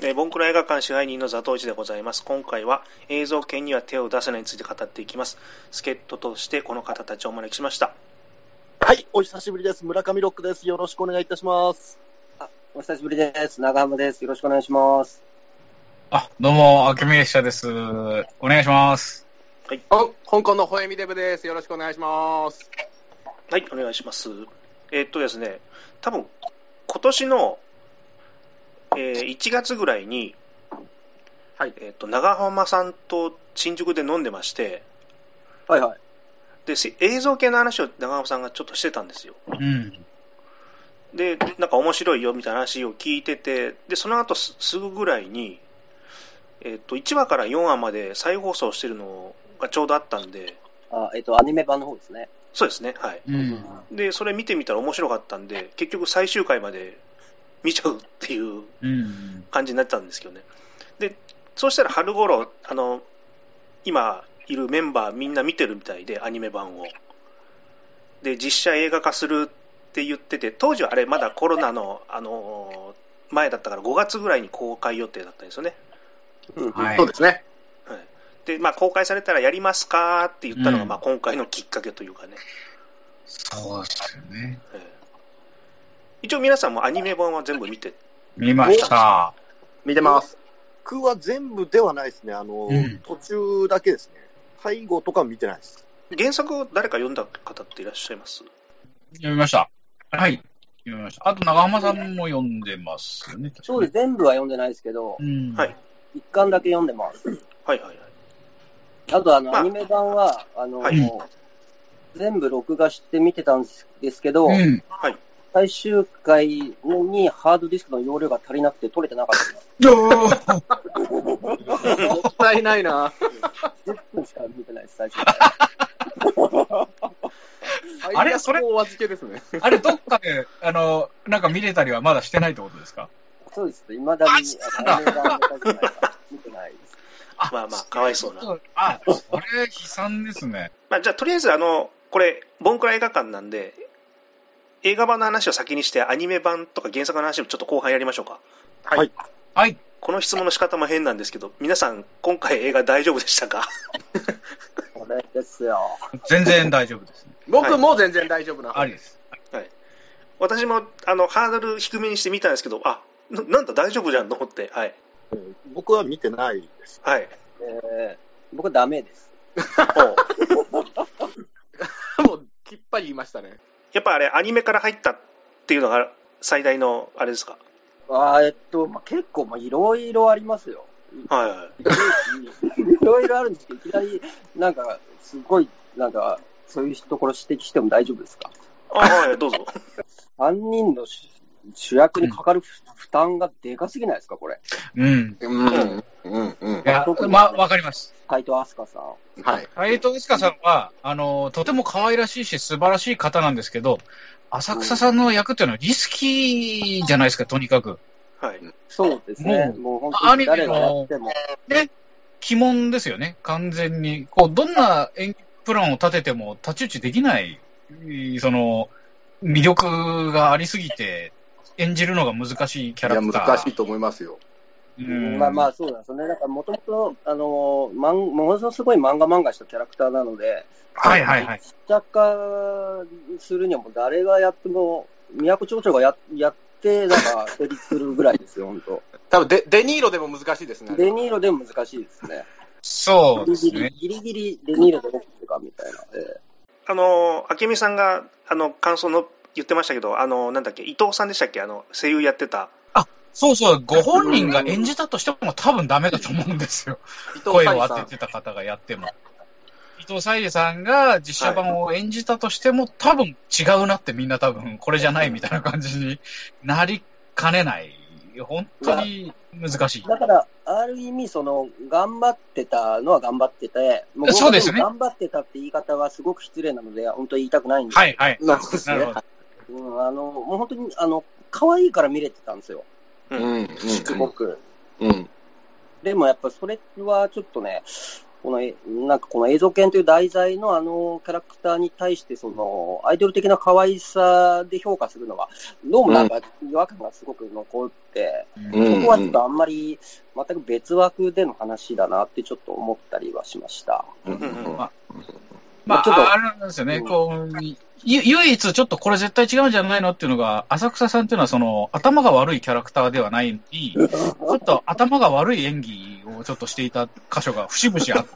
ボンクラ映画館支配人の座頭市でございます。今回は映像権には手を出せないについて語っていきます。助っ人としてこの方たちをお招きしました。 はい、お久しぶりです。村上ロックです。よろしくお願いいたします。 お久しぶりです。長浜です。よろしくお願いします。 どうも、あけみ列車です。お願いします。 はい。香港のほえみデブです。よろしくお願いします。 はい、お願いします。ですね、多分今年の1月ぐらいに、 はい、 長浜さんと新宿で飲んでまして、 はいはい。 で、映像系の話を長浜さんがちょっとしてたんですよ。 うん。 で、なんか面白いよみたいな話を聞いてて、で、その後すぐぐらいに、1話から4話まで再放送してるのがちょうどあったんで、 アニメ版の方ですね。 そうですね、はい。 うん、 で、それ見てみたら面白かったんで、結局最終回まで見ちゃうっていう感じになってたんですけどね。で、そうしたら春頃、今いるメンバーみんな見てるみたいで、アニメ版を。で、実写映画化するって言ってて、当時はあれまだコロナの、前だったから5月ぐらいに公開予定だったんですよね。 はい、そうですね。 はい、で、公開されたらやりますかって言ったのが、今回のきっかけというかね。 そうですよね。 一応皆さんもアニメ版は全部見ました。 見てます。 僕は全部ではないですね。途中だけですね。最後とか見てないです。 原作を誰か読んだ方っていらっしゃいます？ 読みました。はい。読みました。あと長浜さんも読んでますよね。 そうです。全部は読んでないですけど、 はい。 一巻だけ読んでます。 はいはいはい。 あとアニメ版は、 はい、 全部録画して見てたんですけど、 はい。 最終回にハードディスクの容量が足りなくて取れてなかったです。 もったいないな。 10分しか見てないです、最終回。 あれそれお預けですね。 あれどっかでなんか見れたりはまだしてないってことですか？ そうです。未だにアニメ版見てないです。 まあかわいそうな。 それ悲惨ですね。 じゃあとりあえずこれボンクラ映画館なんで映画版の話を先にしてアニメ版とか原作の話をちょっと後半やりましょうか。 はいはい。 この質問の仕方も変なんですけど、皆さん今回映画大丈夫でしたか？ これですよ。 全然大丈夫です、ね。 僕も全然大丈夫な。 ありです。 はい。私もハードル低めにしてみたんですけど、なんだ大丈夫じゃんと思って、はい。 僕は見てないです。 はい。 僕はダメです。 もうきっぱり言いましたね。 やっぱあれアニメから入ったっていうのが最大のあれですか？ 結構いろいろありますよ。 はい。 いろいろあるんですけど、いきなりなんかすごいなんかそういうところ指摘しても大丈夫ですか？ はい、どうぞ。 3人の主役にかかる負担がでかすぎないですか、これ。 いや、わかります。 海藤飛鳥さん。 はい。 海藤飛鳥さんは、とても可愛らしいし、素晴らしい方なんですけど、浅草さんの役っていうのはリスキーじゃないですか、とにかく。 はい。 そうですね。もう本当に誰がやっても。 ね、鬼門ですよね、完全に。どんな演技プランを立てても太刀打ちできない、魅力がありすぎて、演じるのが難しいキャラクター。 いや、難しいと思いますよ。 そうなんですよね。だからもともと、ものすごい漫画したキャラクターなので、 はいはいはい。 実写化するにはもう誰がやっても、宮古町長がやって、なんか、成立するぐらいですよ、本当。 多分デニーロでも難しいですね。 デニーロでも難しいですね。 そうですね。 ギリギリデニーロでもってか、みたいな。 明美さんが、感想の言ってましたけど、なんだっけ、伊藤さんでしたっけ、声優やってた。 そうそう、ご本人が演じたとしても多分ダメだと思うんですよ。声を当ててた方がやっても。伊藤沙莉さんが実写版を演じたとしても、多分違うなってみんな多分これじゃないみたいな感じになりかねない。本当に難しい。 だから、ある意味、頑張ってたのは頑張ってて、 そうですね。 頑張ってたって言い方はすごく失礼なので、本当に言いたくないんですはいはい。 なるほど。 もう本当に、可愛いから見れてたんですよ。すごく。でもやっぱそれはちょっとね、 なんかこの映像犬という題材のキャラクターに対して、アイドル的な可愛さで評価するのは、どうもなんか違和感がすごく残って、そこはちょっとあんまり全く別枠での話だなってちょっと思ったりはしました。 まあ、あれなんですよね、唯一ちょっとこれ絶対違うんじゃないのっていうのが、浅草さんっていうのは頭が悪いキャラクターではないのに、ちょっと頭が悪い演技をちょっとしていた箇所が節々あって、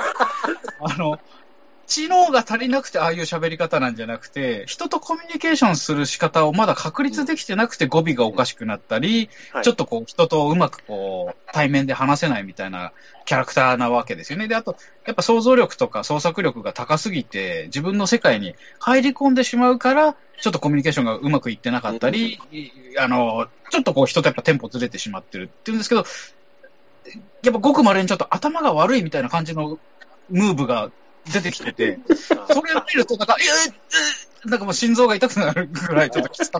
知能が足りなくてああいう喋り方なんじゃなくて、人とコミュニケーションする仕方をまだ確立できてなくて語尾がおかしくなったり、ちょっと人とうまく対面で話せないみたいなキャラクターなわけですよね。で、あと、やっぱ想像力とか創作力が高すぎて、自分の世界に入り込んでしまうから、ちょっとコミュニケーションがうまくいってなかったり、ちょっと人とやっぱテンポずれてしまってるっていうんですけど、やっぱごく稀にちょっと頭が悪いみたいな感じのムーブが出てきてて、それを見ると、なんかもう心臓が痛くなるぐらいちょっときつかった。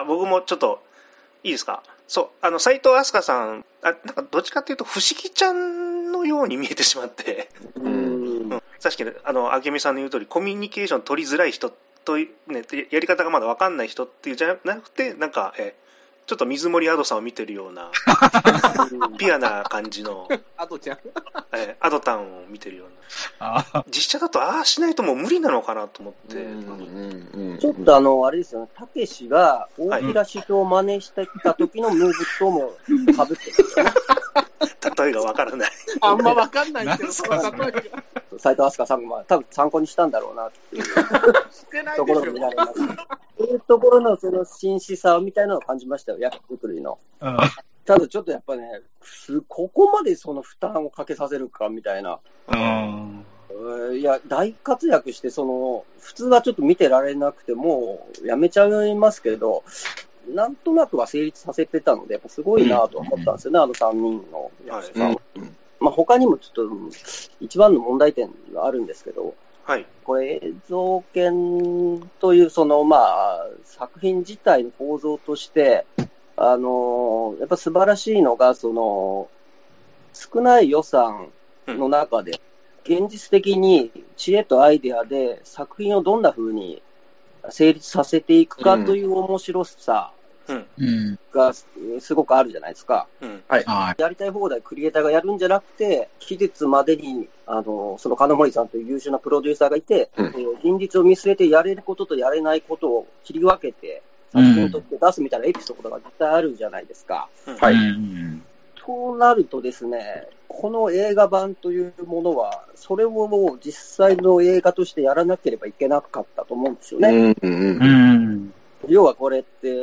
僕もちょっと、いいですか？そう、斎藤飛鳥さん、なんかどっちかっていうと、不思議ちゃんのように見えてしまって、さっき明美さんの言う通り、コミュニケーション取りづらい人と、ね、やり方がまだ分かんない人っていうじゃなくて、なんか、ちょっと水森アドさんを見てるような、ピュアな感じの、 アドちゃんアドタンを見てるような。実写だと、ああしないともう無理なのかなと思って。 ちょっとあれですよね、たけしが大平師匠を真似してきた時のムーブとも被ってますよね。 例えがわからない。 あんまわかんないけど、 斎藤飛鳥さんが多分参考にしたんだろうなっていうところが見られます。そういうところのその真摯さみたいなのを感じましたよ、役作りの。ただちょっとやっぱね、ここまでその負担をかけさせるかみたいな。いや、大活躍して、普通はちょっと見てられなくて、もうやめちゃいますけど、なんとなくは成立させてたので、やっぱすごいなと思ったんですよね、3人の役者さんは。まあ、他にもちょっと一番の問題点があるんですけど、これ映像犬という作品自体の構造として、やっぱ素晴らしいのが、少ない予算の中で、現実的に知恵とアイデアで作品をどんな風に成立させていくかという面白さがすごくあるじゃないですか。やりたい放題クリエイターがやるんじゃなくて、期日までに金森さんという優秀なプロデューサーがいて、現実を見据えてやれることとやれないことを切り分けて作品として出すみたいなエピソードが絶対あるじゃないですか。となるとですね、この映画版というものは、それをもう実際の映画としてやらなければいけなかったと思うんですよね。要はこれって、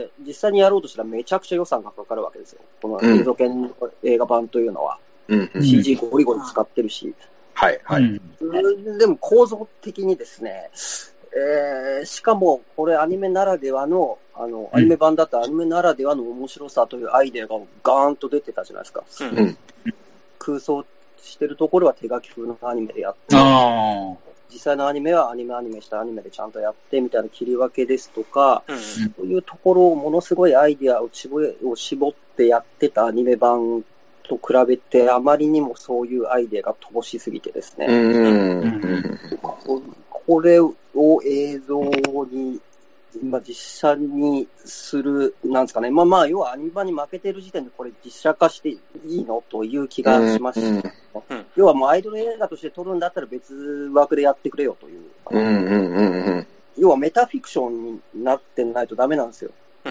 実際にやろうとしたらめちゃくちゃ予算がかかるわけですよ。この映像犬の映画版というのは。CG ゴリゴリ使ってるし。でも構造的にですね、しかもこれアニメならではの、アニメ版だったアニメならではの面白さというアイデアがガーンと出てたじゃないですか。空想してるところは手書き風のアニメでやって、実際のアニメはアニメしたアニメでちゃんとやってみたいな切り分けですとか、そういうところをものすごいアイデアを絞ってやってたアニメ版と比べて、あまりにもそういうアイデアが乏しすぎてですね、これを映像に、実写にする、なんですかね、要はアニメ版に負けてる時点でこれ実写化していいのという気がしました。要はもうアイドル映画として撮るんだったら別枠でやってくれよという。要はメタフィクションになってないとダメなんですよ。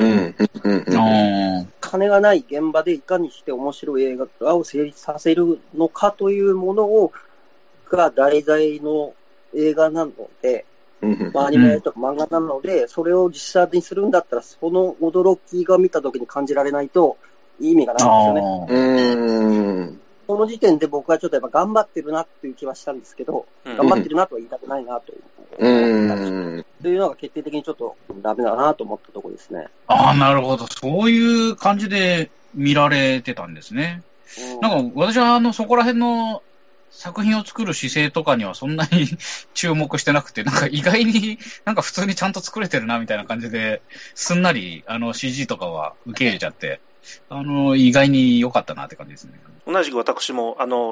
金がない現場でいかにして面白い映画を成立させるのかというものが題材の映画なので、アニメとか漫画なので、それを実写にするんだったら、その驚きが見たときに感じられないと意味がないんですよね。その時点で僕はちょっとやっぱ頑張ってるなっていう気はしたんですけど、頑張ってるなとは言いたくないなと思ったというのが決定的にちょっとダメだなと思ったところですね。 なるほど。そういう感じで見られてたんですね。なんか私はそこら辺の作品を作る姿勢とかにはそんなに注目してなくて、なんか意外になんか普通にちゃんと作れてるなみたいな感じで、すんなりCG とかは受け入れちゃって、意外に良かったなって感じですね。 同じく私も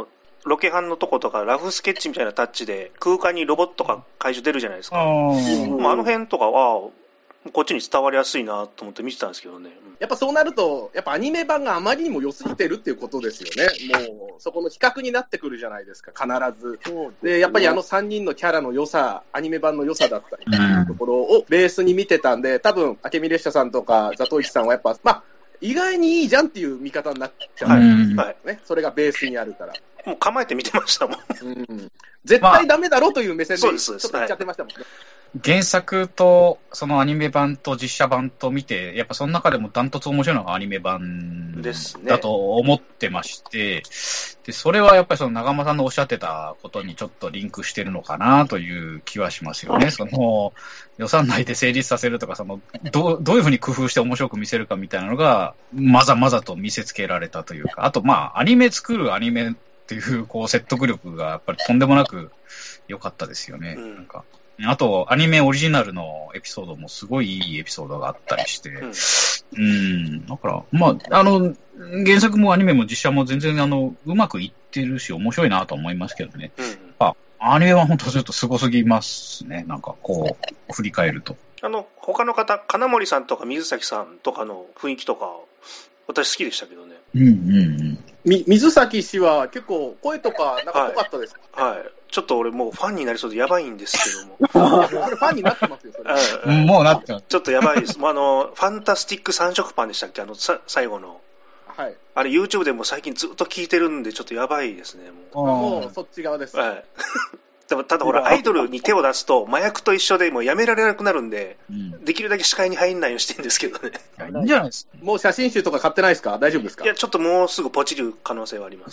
ロケハンのとことかラフスケッチみたいなタッチで空間にロボットが怪獣出るじゃないですか。あの辺とかはこっちに伝わりやすいなと思って見てたんですけどね。 やっぱそうなると、やっぱアニメ版があまりにも良すぎてるっていうことですよね。もう、そこの比較になってくるじゃないですか、必ず。で、やっぱりあの3人のキャラの良さ、アニメ版の良さだったりっていうところをベースに見てたんで、多分、明美列車さんとかザトウイチさんはやっぱ、まあ、意外にいいじゃんっていう見方になっちゃうんですよね。それがベースにあるから。 もう構えて見てましたもん。 絶対ダメだろという目線でちょっと言っちゃってましたもんね。 原作とそのアニメ版と実写版と見て、やっぱその中でもダントツ面白いのがアニメ版だと思ってまして、でそれはやっぱりその長間さんのおっしゃってたことにちょっとリンクしてるのかなという気はしますよね。その予算内で成立させるとか、そのどういうふうに工夫して面白く見せるかみたいなのがまざまざと見せつけられたというか、あとまあアニメ作るアニメっていうこう説得力がやっぱりとんでもなく良かったですよね。なんかあと、アニメオリジナルのエピソードもすごいいいエピソードがあったりして、だから、まあ、原作もアニメも実写も全然、うまくいってるし、面白いなと思いますけどね。アニメは本当ちょっとすごすぎますね。なんか、こう、振り返ると。 他の方、金森さんとか水崎さんとかの雰囲気とか、私好きでしたけどね。 水崎氏は結構声とかなんか濃かったですか？ はい。ちょっと俺もうファンになりそうでやばいんですけども。 ファンになってますよ、それ。 もうなっちゃう。 ちょっとやばいです。ファンタスティック三色パンでしたっけ？最後の。はい。あれ YouTube でも最近ずっと聞いてるんでちょっとやばいですね。 もうそっち側です。はい。 ただほら、アイドルに手を出すと麻薬と一緒でもうやめられなくなるんで、できるだけ視界に入んないようにしてるんですけどね。 いいんじゃないですか。 もう写真集とか買ってないですか？大丈夫ですか？ いや、ちょっともうすぐポチる可能性はあります。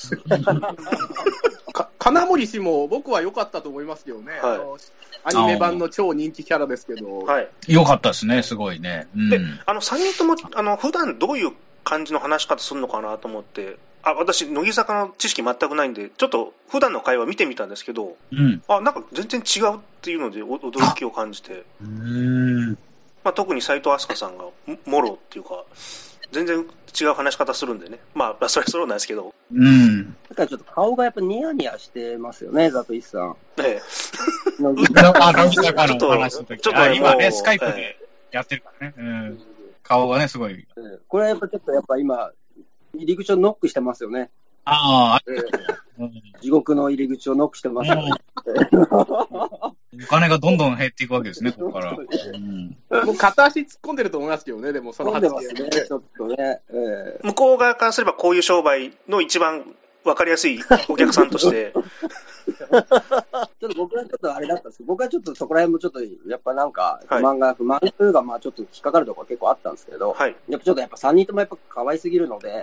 金森氏も僕は良かったと思いますけどね。アニメ版の超人気キャラですけど。 良かったですね、すごいね。 で、3人とも、普段どういう感じの話し方するのかなと思って、私、乃木坂の知識全くないんで、ちょっと普段の会話見てみたんですけど、なんか全然違うっていうので驚きを感じて、特に斉藤飛鳥さんがもろっていうか、全然違う話し方するんでね。それはそうなんですけど。 だからちょっと顔がやっぱニヤニヤしてますよね、ザトイさん。 乃木坂の話の時。今ね、スカイプでやってるからね。顔がね、すごい。 これはやっぱちょっと今、入り口をノックしてますよね。地獄の入り口をノックしてますよね。 お金がどんどん減っていくわけですね、ここから。 もう片足突っ込んでると思いますけどね、でもその発言ね。 ちょっとね。 向こう側からすればこういう商売の一番分かりやすいお客さんとして。 ちょっと僕はちょっとあれだったんですけど、僕はちょっとそこら辺もちょっとやっぱなんか不満というかちょっと引っかかるところが結構あったんですけど、やっぱちょっと3人ともやっぱ可愛すぎるので、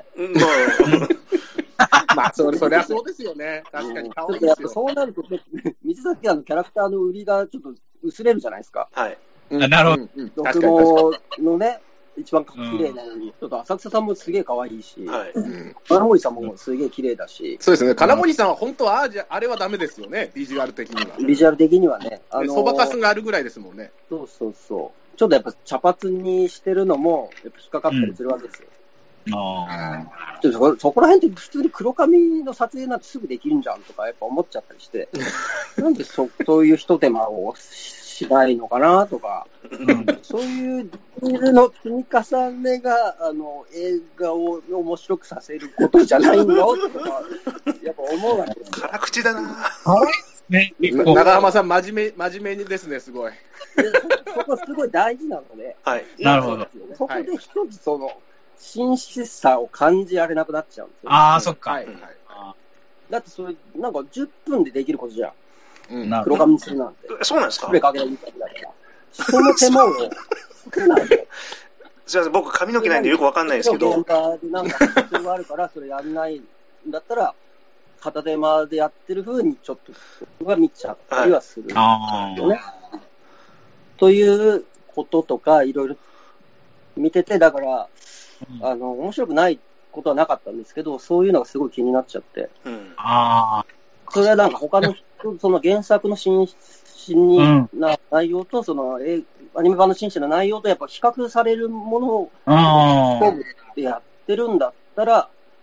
それはそうですよね。確かに可愛いですよ。 やっぱそうなると水崎キャラクターの売りがちょっと薄れるじゃないですか。 はい。 なるほど。 独毛のね。一番綺麗なのに、ちょっと浅草さんもすげえ可愛いし、金森さんもすげえ綺麗だし。 そうですね。金森さんは本当はあれはダメですよね。ビジュアル的には。 ビジュアル的にはね。 そばかすがあるぐらいですもんね。 そうそうそう。ちょっとやっぱ茶髪にしてるのも、やっぱ引っかかったりするわけですよ。ちょっとそこら辺って普通に黒髪の撮影なんてすぐできるんじゃんとかやっぱ思っちゃったりして、なんでそういう一手間をしないのかなとか、そういうの積み重ねが映画を面白くさせることじゃないのとかやっぱ思うわけですよ。 辛口だな。 長浜さん真面目にですね、すごい。 そこすごい大事なので、 なるほど。 そこで一つ真摯さを感じられなくなっちゃうんですよ。 そっか。 だってそれなんか10分でできることじゃん。黒髪にするなんて。 そうなんですか？ スプレーかけられるだけだから。その手間を少ないで。 すいません、僕髪の毛ないんでよくわかんないですけど。 現場でなんか必要があるからそれやんないんだったら片手間でやってる風にちょっと僕は見ちゃったりはするんですよね。ということとかいろいろ見てて、だから面白くないことはなかったんですけど、そういうのがすごい気になっちゃって。それはなんか他の人、その原作の真摯な内容と、アニメ版の真摯な内容とやっぱ比較されるものを勝負でやってるんだったら、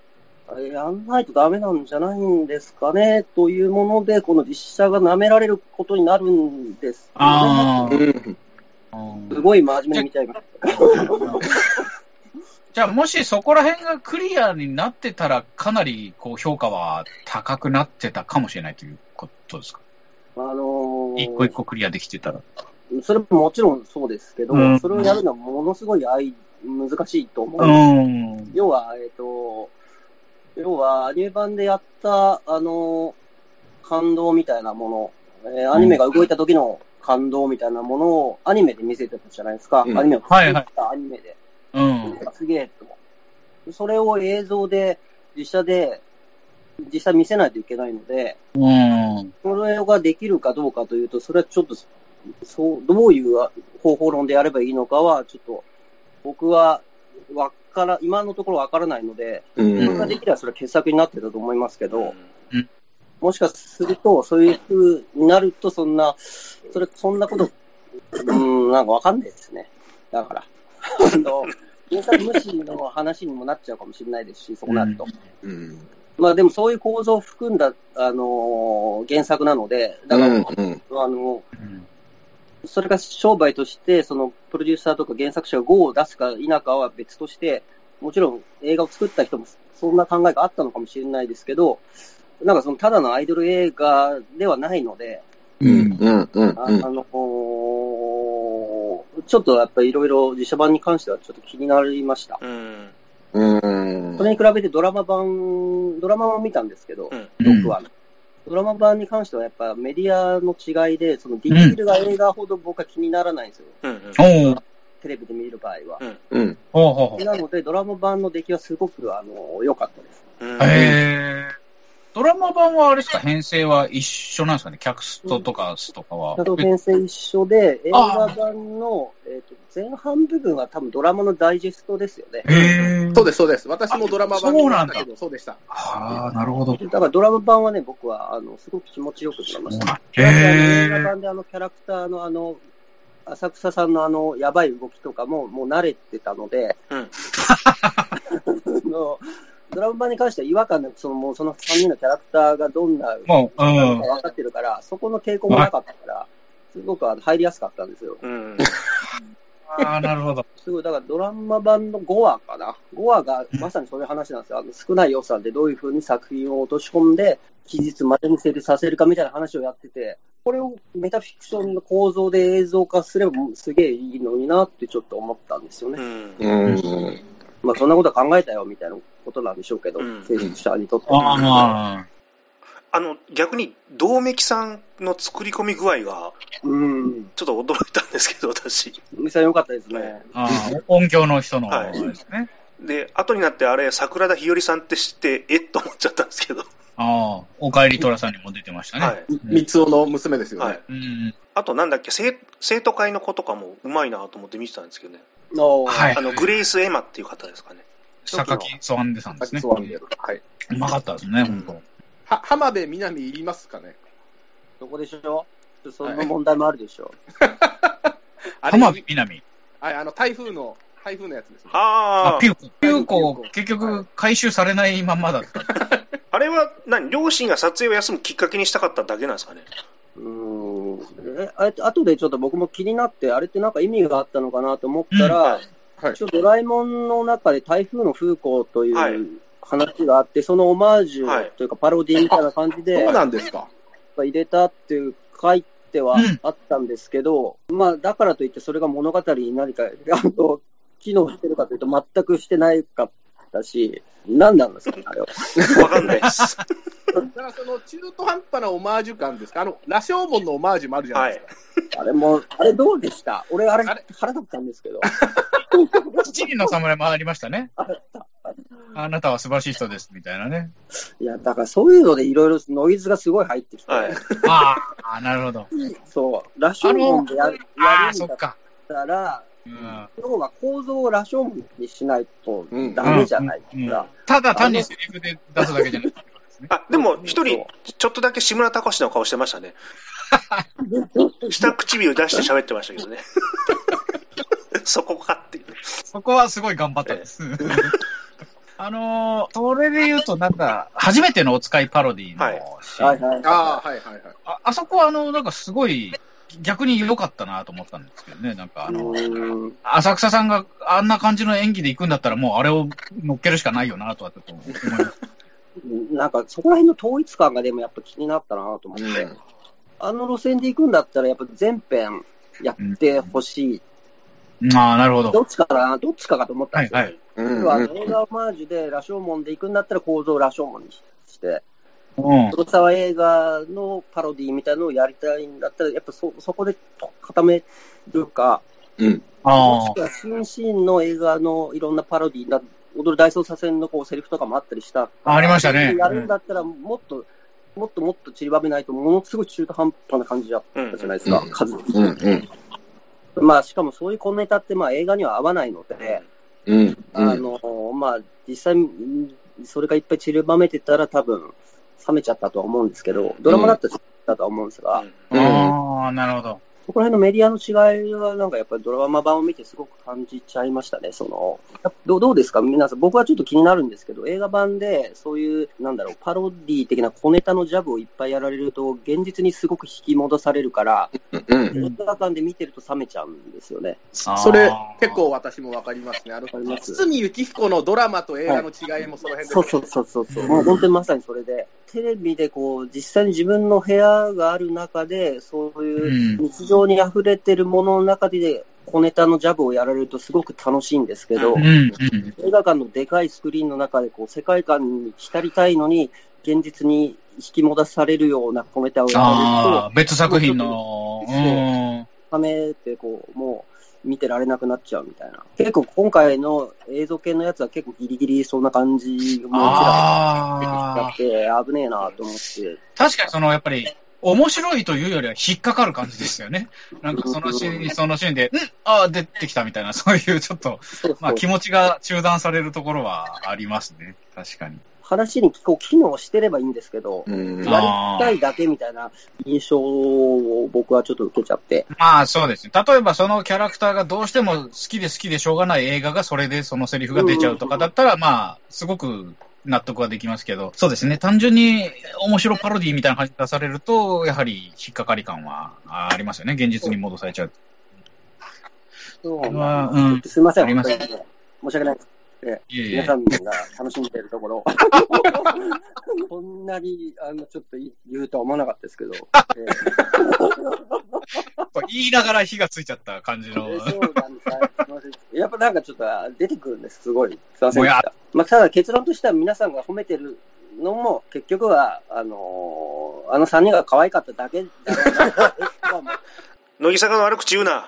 やんないとダメなんじゃないんですかね、というもので、この実写が舐められることになるんですよね。すごい真面目に見ちゃいました。 じゃあ、もしそこら辺がクリアになってたら、かなりこう評価は高くなってたかもしれないということですか？一個一個クリアできてたら。 それももちろんそうですけど、それをやるのはものすごい難しいと思う。要は、アニメ版でやった、感動みたいなもの、アニメが動いた時の感動みたいなものをアニメで見せてたじゃないですか。アニメを作ったアニメで。すげえと。それを映像で、実際見せないといけないので、それができるかどうかというと、それはちょっと、どういう方法論でやればいいのかは、ちょっと、僕は、今のところわからないので、それができればそれは傑作になってたと思いますけど、もしかすると、そういう風になると、そんなこと、なんかわかんないですね。だから、原作無視の話にもなっちゃうかもしれないですし、そうなると。まあでもそういう構造を含んだ、原作なので、だから、それが商売として、そのプロデューサーとか原作者が5を出すか否かは別として、もちろん映画を作った人もそんな考えがあったのかもしれないですけど、なんかそのただのアイドル映画ではないので、ちょっとやっぱりいろいろ実写版に関してはちょっと気になりました。それに比べてドラマ版を見たんですけど、僕は。ドラマ版に関してはやっぱメディアの違いで、そのディティールが映画ほど僕は気にならないんですよ。テレビで見る場合は。なので、ドラマ版の出来はすごく良かったです。 ドラマ版はあれですか、編成は一緒なんですかね、キャストとかは。 編成一緒で、映画版の、前半部分は多分ドラマのダイジェストですよね。 そうです、そうです。私もドラマ版見ましたけど、そうでした。 なるほど。 だからドラマ版はね、僕は、すごく気持ちよく見ました。映画版でキャラクターの浅草さんのやばい動きとかも、もう慣れてたので、ドラマ版に関しては違和感なく、その3人のキャラクターがどんなか分かってるから、そこの抵抗もなかったから、すごく入りやすかったんですよ。 なるほど。 すごい、だからドラマ版の5話かな。5話がまさにそういう話なんですよ。少ない予算でどういう風に作品を落とし込んで、期日までに成立させるかみたいな話をやってて、これをメタフィクションの構造で映像化すればすげえいいのになってちょっと思ったんですよね。まあそんなことは考えたよみたいなことなんでしょうけど、制作者にとっては。 逆に、道明さんの作り込み具合が、ちょっと驚いたんですけど、私。 道明さん良かったですね。 音響の人のですね。 で、後になってあれ、桜田ひよりさんって知って、と思っちゃったんですけど。 おかえり寅さんにも出てましたね。 三つ男の娘ですよね。 あとなんだっけ、生徒会の子とかもうまいなと思って見てたんですけどね。グレイス・エマっていう方ですかね。 榊ソワンデさんですね。うまかったですね、本当。 浜辺美波いりますかね。 どこでしょう？その問題もあるでしょう。 浜辺美波。 台風のやつですね。 ピューコ、結局回収されないまんまだった。 あれは両親が撮影を休むきっかけにしたかっただけなんですかね。 後でちょっと僕も気になって、あれってなんか意味があったのかなと思ったら、ドラえもんの中で台風の風光という話があって、そのオマージュというかパロディみたいな感じで、 そうなんですか。 入れたっていう書いてはあったんですけど、まあだからといってそれが物語に何か機能してるかというと全くしてないかったし、何なんですかね、あれは。 わかんないです。 だからその中途半端なオマージュ感ですか、羅生門のオマージュもあるじゃないですか。 あれどうでした？俺腹立ったんですけど。 七人の侍もありましたね。あなたは素晴らしい人ですみたいなね。 いや、だからそういうのでいろいろノイズがすごい入ってきて。なるほど。 そう。羅生門でやるんだったら、要は構造を羅生門にしないとダメじゃないですか。 ただ単にセリフで出すだけじゃないですか。でも一人ちょっとだけ志村貴史の顔してましたね。下唇出して喋ってましたけどね。そこかっていう。 そこはすごい頑張ったです。 それで言うと、なんか、初めてのお使いパロディのシーン。 はいはい。 あそこはなんかすごい、逆に良かったなと思ったんですけどね。なんか浅草さんがあんな感じの演技で行くんだったら、もうあれを乗っけるしかないよなとはちょっと思います。 なんか、そこら辺の統一感がでもやっぱ気になったなと思って、あの路線で行くんだったら、やっぱ全編やってほしい。 なるほど。 どっちかかと思ったんですよ。映画オマージュで羅生門で行くんだったら構造を羅生門にして、黒沢映画のパロディみたいなのをやりたいんだったら、やっぱそこで固めるか、もしくは新シーンの映画のいろんなパロディー、踊る大捜査線のセリフとかもあったりした。 ありましたね。 やるんだったら、もっと散りばめないと、ものすごい中途半端な感じだったじゃないですか、数的に。まあ、しかもそういう小ネタって、まあ、映画には合わないので、まあ、実際、それがいっぱい散りばめてたら多分、冷めちゃったとは思うんですけど、ドラマだったらだとは思うんですが。 なるほど。 そこら辺のメディアの違いは、なんかやっぱりドラマ版を見てすごく感じちゃいましたね。どうですか皆さん、僕はちょっと気になるんですけど、映画版でそういう、パロディ的な小ネタのジャブをいっぱいやられると、現実にすごく引き戻されるから、映画館で見てると冷めちゃうんですよね。 それ、結構私もわかりますね。堤幸彦のドラマと映画の違いもその辺で、 そう。もう本当にまさにそれで、テレビで実際に自分の部屋がある中で、そういう日常に溢れてるものの中で小ネタのジャブをやられるとすごく楽しいんですけど、映画館のでかいスクリーンの中で世界観に浸りたいのに現実に引き戻されるような小ネタをやられると、 別作品の冷めてもう見てられなくなっちゃうみたいな。結構今回の映像系のやつは結構ギリギリそんな感じもあって危ねえなと思って。 確かにやっぱり面白いというよりは引っかかる感じですよね。なんかそのシーンで、出てきたみたいな、そういうちょっと、まあ気持ちが中断されるところはありますね。確かに。 話に機能してればいいんですけど、やりたいだけみたいな印象を僕はちょっと受けちゃって。 まあそうですね。例えばそのキャラクターがどうしても好きでしょうがない映画がそれでそのセリフが出ちゃうとかだったら、まあ、すごく納得はできますけど、そうですね。単純に面白パロディみたいな感じで出されると、やはり引っかかり感はありますよね。現実に戻されちゃう。 すいません。あります。申し訳ないです。皆さんが楽しんでいるところこんなにちょっと言うとは思わなかったですけど、 言いながら火がついちゃった感じのそうなんです。やっぱなんかちょっと出てくるんです。すごいすいませんでした。まあ、ただ結論としては皆さんが褒めてるのも結局はあの3人が可愛かっただけだな乃木坂の悪口言うな。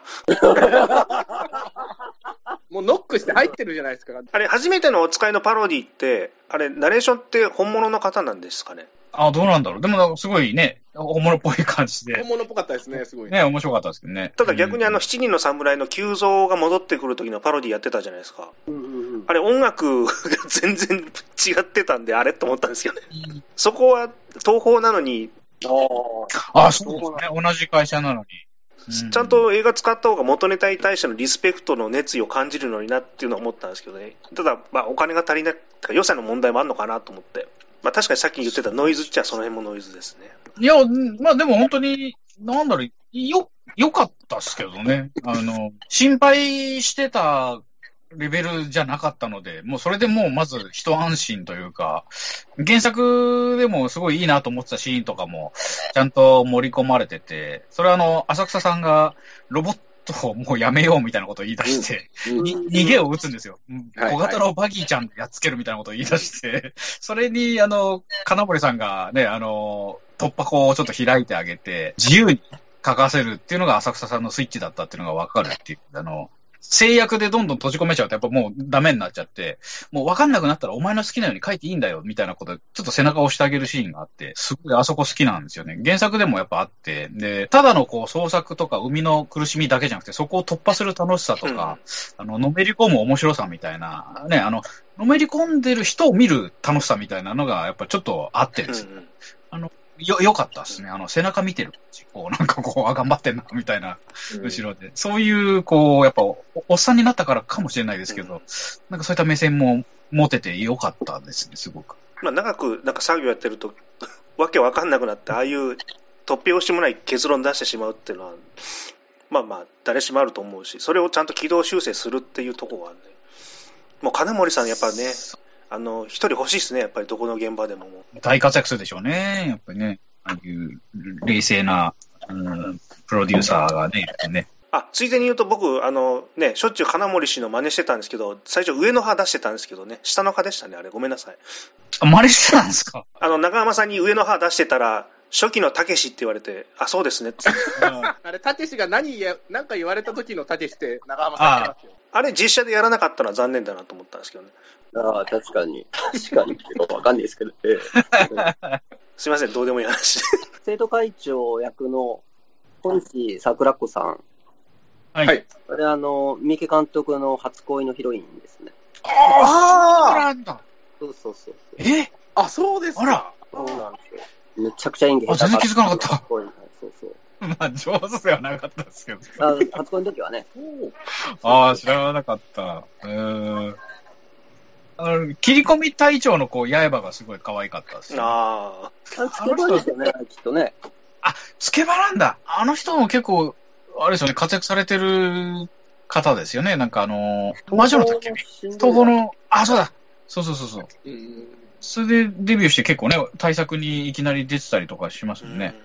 もうノックして入ってるじゃないですか。 あれ、初めてのお使いのパロディって、あれ、ナレーションって本物の方なんですかね。 どうなんだろう。でも、すごいね、本物っぽい感じで。 本物っぽかったですね、すごい。 ね、面白かったですけどね。 ただ逆に7人の侍の急増が戻ってくる時のパロディやってたじゃないですか。あれ、音楽が全然違ってたんで、あれと思ったんですよね。そこは東宝なのに。 そうですね。同じ会社なのに。 ちゃんと映画使った方が元ネタに対してのリスペクトの熱意を感じるのになっていうのは思ったんですけどね。ただ、まあ、お金が足りないとか予算の問題もあるのかなと思って。まあ、確かにさっき言ってたノイズっちゃその辺もノイズですね。 いや、まあでも本当に、なんだろう、よかったっすけどね。心配してたレベルじゃなかったので、もうそれでもうまず一安心というか、原作でもすごいいいなと思ってたシーンとかもちゃんと盛り込まれてて、それは浅草さんがロボットをもうやめようみたいなことを言い出して、逃げを打つんですよ。小型のバギーちゃんでやっつけるみたいなことを言い出して、それに金森さんがね、突破口をちょっと開いてあげて、自由に書かせるっていうのが浅草さんのスイッチだったっていうのがわかるっていう、制約でどんどん閉じ込めちゃうとやっぱもうダメになっちゃって、もう分かんなくなったらお前の好きなように書いていいんだよみたいなことでちょっと背中を押してあげるシーンがあって、すごいあそこ好きなんですよね。原作でもやっぱあって、で、ただの創作とか生みの苦しみだけじゃなくて、そこを突破する楽しさとか、のめり込む面白さみたいな、ね、のめり込んでる人を見る楽しさみたいなのがやっぱちょっとあってですね。よかったですね。背中見てる。なんか頑張ってんな、みたいな、後ろで。そういう、やっぱ、おっさんになったからかもしれないですけど、なんかそういった目線も持ててよかったですね、すごく。 まあ、長くなんか作業やってると、わけわかんなくなって、ああいう突拍子もない結論出してしまうっていうのは、まあまあ、誰しもあると思うし、それをちゃんと軌道修正するっていうところがね、もう金森さん、やっぱね、一人欲しいですね、やっぱりどこの現場でも。 大活躍するでしょうね、やっぱりね。ああいう冷静な、プロデューサーがね、 ついでに言うと僕、しょっちゅう金森氏の真似してたんですけど、最初上の歯出してたんですけどね、下の歯でしたね、あれ。ごめんなさい。 真似してたんですか？ 長浜さんに上の歯出してたら、初期のたけしって言われて、そうですねって。 あれ、たけしが何か言われた時のたけしって長浜さん言ってますよ。 あれ実写でやらなかったのは残念だなと思ったんですけどね。 確かに。わかんないですけど。 すいません、どうでもいい話。 生徒会長役の小西桜子さん。 はい。 これ三池監督の初恋のヒロインですね。 そうなんだ。 そう。 そうですか。 あら。 そうなんですよ。めちゃくちゃ演技全然気づかなかった。 そう。 まあ、上手ではなかったですけど。 初恋の時はね。 知らなかった。切り込み隊長の刃がすごい可愛かったです、ね。 つけばですよね、きっとね。 つけばなんだ。あの人も結構、あれですよね、活躍されてる方ですよね。なんか魔女の宅急便。東宝の、そうだ。そう。それでデビューして結構ね、大作にいきなり出てたりとかしますよね。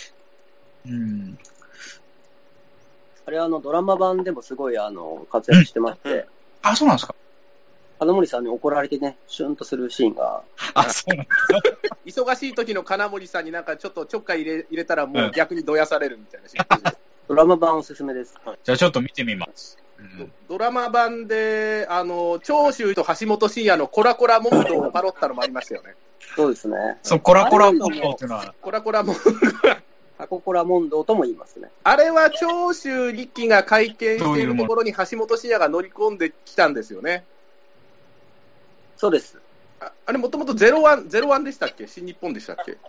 あれドラマ版でもすごい活躍してまして。 そうなんですか。 金森さんに怒られてね、シュンとするシーンが。 そうなんですか。忙しい時の金森さんになんかちょっとちょっかい入れたらもう逆にどやされるみたいなシーン。 ドラマ版おすすめです。 じゃあちょっと見てみます。 ドラマ版で、長州と橋本真也のコラコラモンドをパロったのもありましたよね。 そうですね。 コラコラモンドっていうのは。 コラコラモンド。 箱コラモンドとも言いますね。 あれは長州力が会見しているところに橋本真也が乗り込んできたんですよね。 そうです。 あれもともと01でしたっけ？新日本でしたっけ？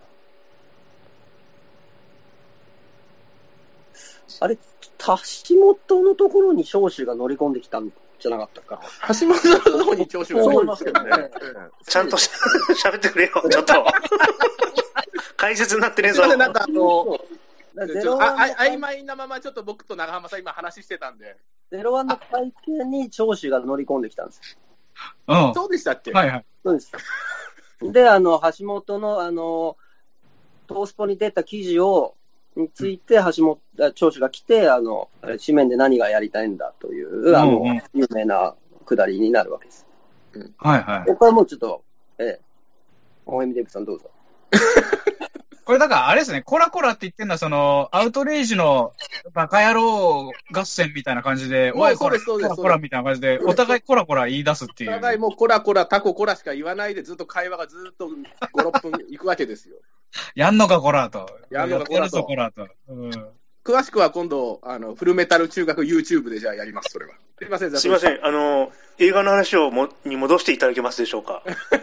あれ、橋本のところに長州が乗り込んできたんじゃなかったか。 橋本のところに長州が乗り込んでますけどね。 ちゃんと喋ってくれよ、ちょっと。解説になってねえぞ。 なんか曖昧なままちょっと僕と長浜さん今話してたんで。 01の会見に長州が乗り込んできたんです。 そうでしたっけ？ はい。 そうです。で、橋本のトースポに出た記事について、長州が来て、紙面で何がやりたいんだという、有名なくだりになるわけです。 はい。 ここはもうちょっと、大泉デイブさんどうぞ。 これだからあれですね、コラコラって言ってんのは、アウトレイジのバカ野郎合戦みたいな感じで、おい、コラコラみたいな感じで、お互いコラコラ言い出すっていう。 お互いもうコラコラ、タココラしか言わないで、ずっと会話がずっと5、6分いくわけですよ。 やんのかコラと。 やんのかコラと。詳しくは今度、フルメタル中学 YouTube でじゃあやります、それは。すいません、 すいません。映画の話に戻していただけますでしょうか。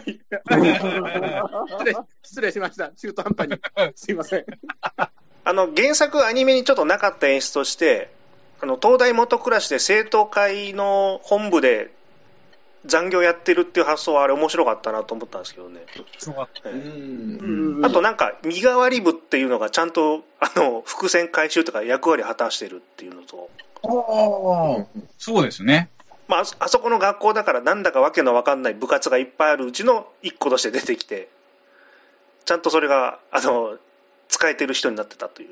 失礼しました。中途半端に。すいません。 原作アニメにちょっとなかった演出として、東大元暮らしで生徒会の本部で残業やってるっていう発想はあれ面白かったなと思ったんですけどね。あとなんか身代わり部っていうのがちゃんと伏線回収とか役割果たしてるっていうのと。 そうですね。 あそこの学校だからなんだかわけのわかんない部活がいっぱいあるうちの一個として出てきて、ちゃんとそれが使えてる人になってたという。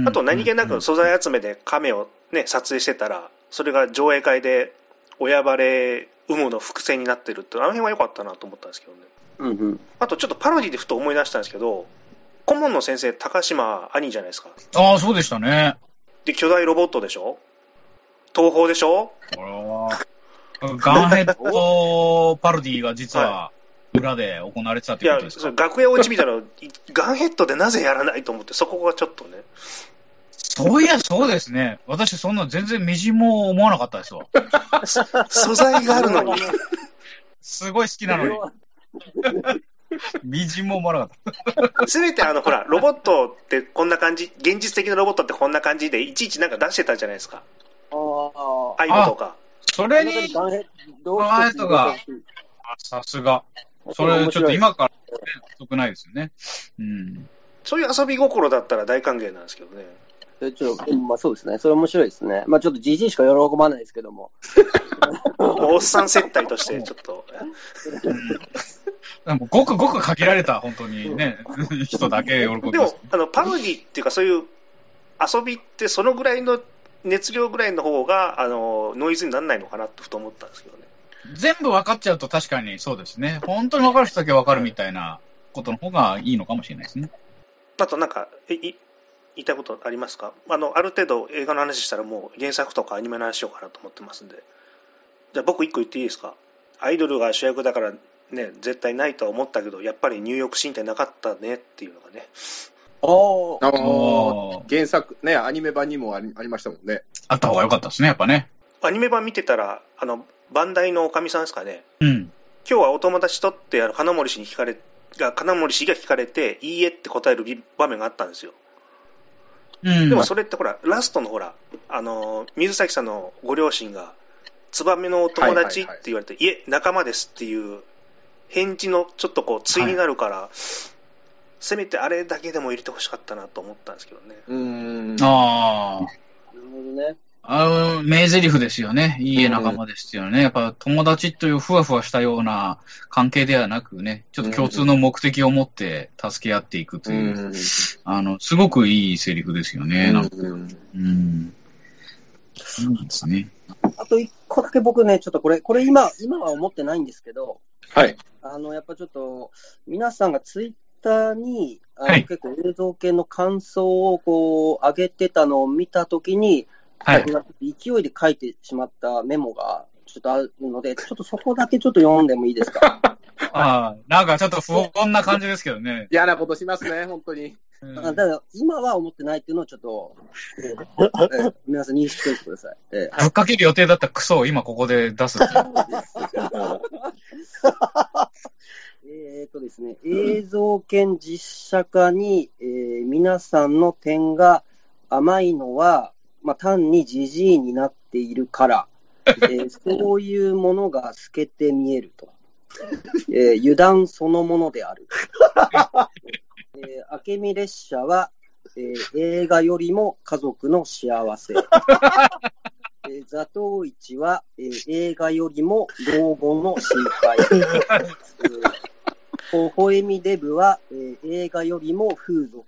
あと何気なく素材集めで亀をね撮影してたら、それが上映会で親バレ有無の伏線になってるって、あの辺は良かったなと思ったんですけどね。あとちょっとパロディでふと思い出したんですけど、顧問の先生高島兄じゃないですか。 そうでしたね。 で巨大ロボットでしょ、東宝でしょ。 ガンヘッドパロディが実は裏で行われてたってことですか。 楽屋落ち見たらガンヘッドでなぜやらないと思って、そこがちょっとね。 そういや、そうですね。私そんな全然みじんも思わなかったですわ。 素材があるのに。 すごい好きなのに。みじんも思わなかった。 せめてほら、ロボットってこんな感じ、現実的なロボットってこんな感じで、いちいちなんか出してたじゃないですか。相棒とか。 それに、ガンヘッドが、 さすが。それ、ちょっと今から、ね、遅くないですよね。うん。 そういう遊び心だったら大歓迎なんですけどね。 ちょっと、まあそうですね。それ面白いですね。まあちょっとじじいしか喜ばないですけども。 おっさん接待としてちょっと。 でもごくごく限られた、本当にね、人だけ喜んででも、パロディっていうかそういう遊びってそのぐらいの熱量ぐらいの方が、ノイズにならないのかなってふと思ったんですけどね。 全部分かっちゃうと確かにそうですね。本当に分かる人だけ分かるみたいなことの方がいいのかもしれないですね。 あとなんか、言いたいことありますか？ある程度映画の話したらもう原作とかアニメの話しようかなと思ってますんで。じゃあ僕一個言っていいですか？アイドルが主役だからね、絶対ないとは思ったけど、やっぱりニューヨークシーンってなかったねっていうのがね。 原作、ね、アニメ版にもありましたもんね。 あった方が良かったですね、やっぱね。 アニメ版見てたら、バンダイのおかみさんですかね。 うん。 今日はお友達とって金森氏が聞かれて、いいえって答える場面があったんですよ。うん。でもそれってほら、ラストのほら、水崎さんのご両親が、ツバメのお友達って言われて、いえ、仲間ですっていう返事のちょっとこう、対になるから、せめてあれだけでも入れてほしかったなと思ったんですけどね。 なるほどね。 名台詞ですよね。いいえ仲間ですよね。やっぱ友達というふわふわしたような関係ではなくね、ちょっと共通の目的を持って助け合っていくという、すごくいいセリフですよね。そうですね。 あと一個だけ僕ね、ちょっとこれ今は思ってないんですけど、 はい。 やっぱちょっと、皆さんがツイッターに、結構映像系の感想をこう、上げてたのを見たときに、勢いで書いてしまったメモがちょっとあるので、ちょっとそこだけちょっと読んでもいいですか？ なんかちょっと不穏な感じですけどね。 嫌なことしますね、本当に。 ただ、今は思ってないっていうのをちょっと、皆さん認識しておいてください。 ぶっかける予定だったクソを今ここで出す。 ですね、映像研実写化に、皆さんの点が甘いのは、まあ、単にジジイになっているから、そういうものが透けて見えると。油断そのものである。明美列車は、映画よりも家族の幸せ。座頭市は、映画よりも老後の心配。微笑みデブは、映画よりも風俗。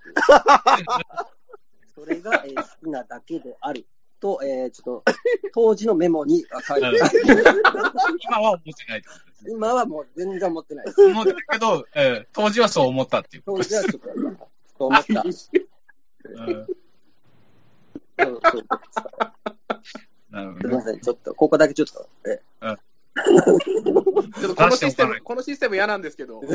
それが、好きなだけである。と、ちょっと、当時のメモに書いてある。 今は思ってないってことですね。 今はもう全然思ってないです。 思ってるけど、当時はそう思ったっていう。 当時はちょっと、そう思った。そうなるほど。すみません、ちょっと、ここだけちょっと。 ちょっとこのシステム嫌なんですけど。こ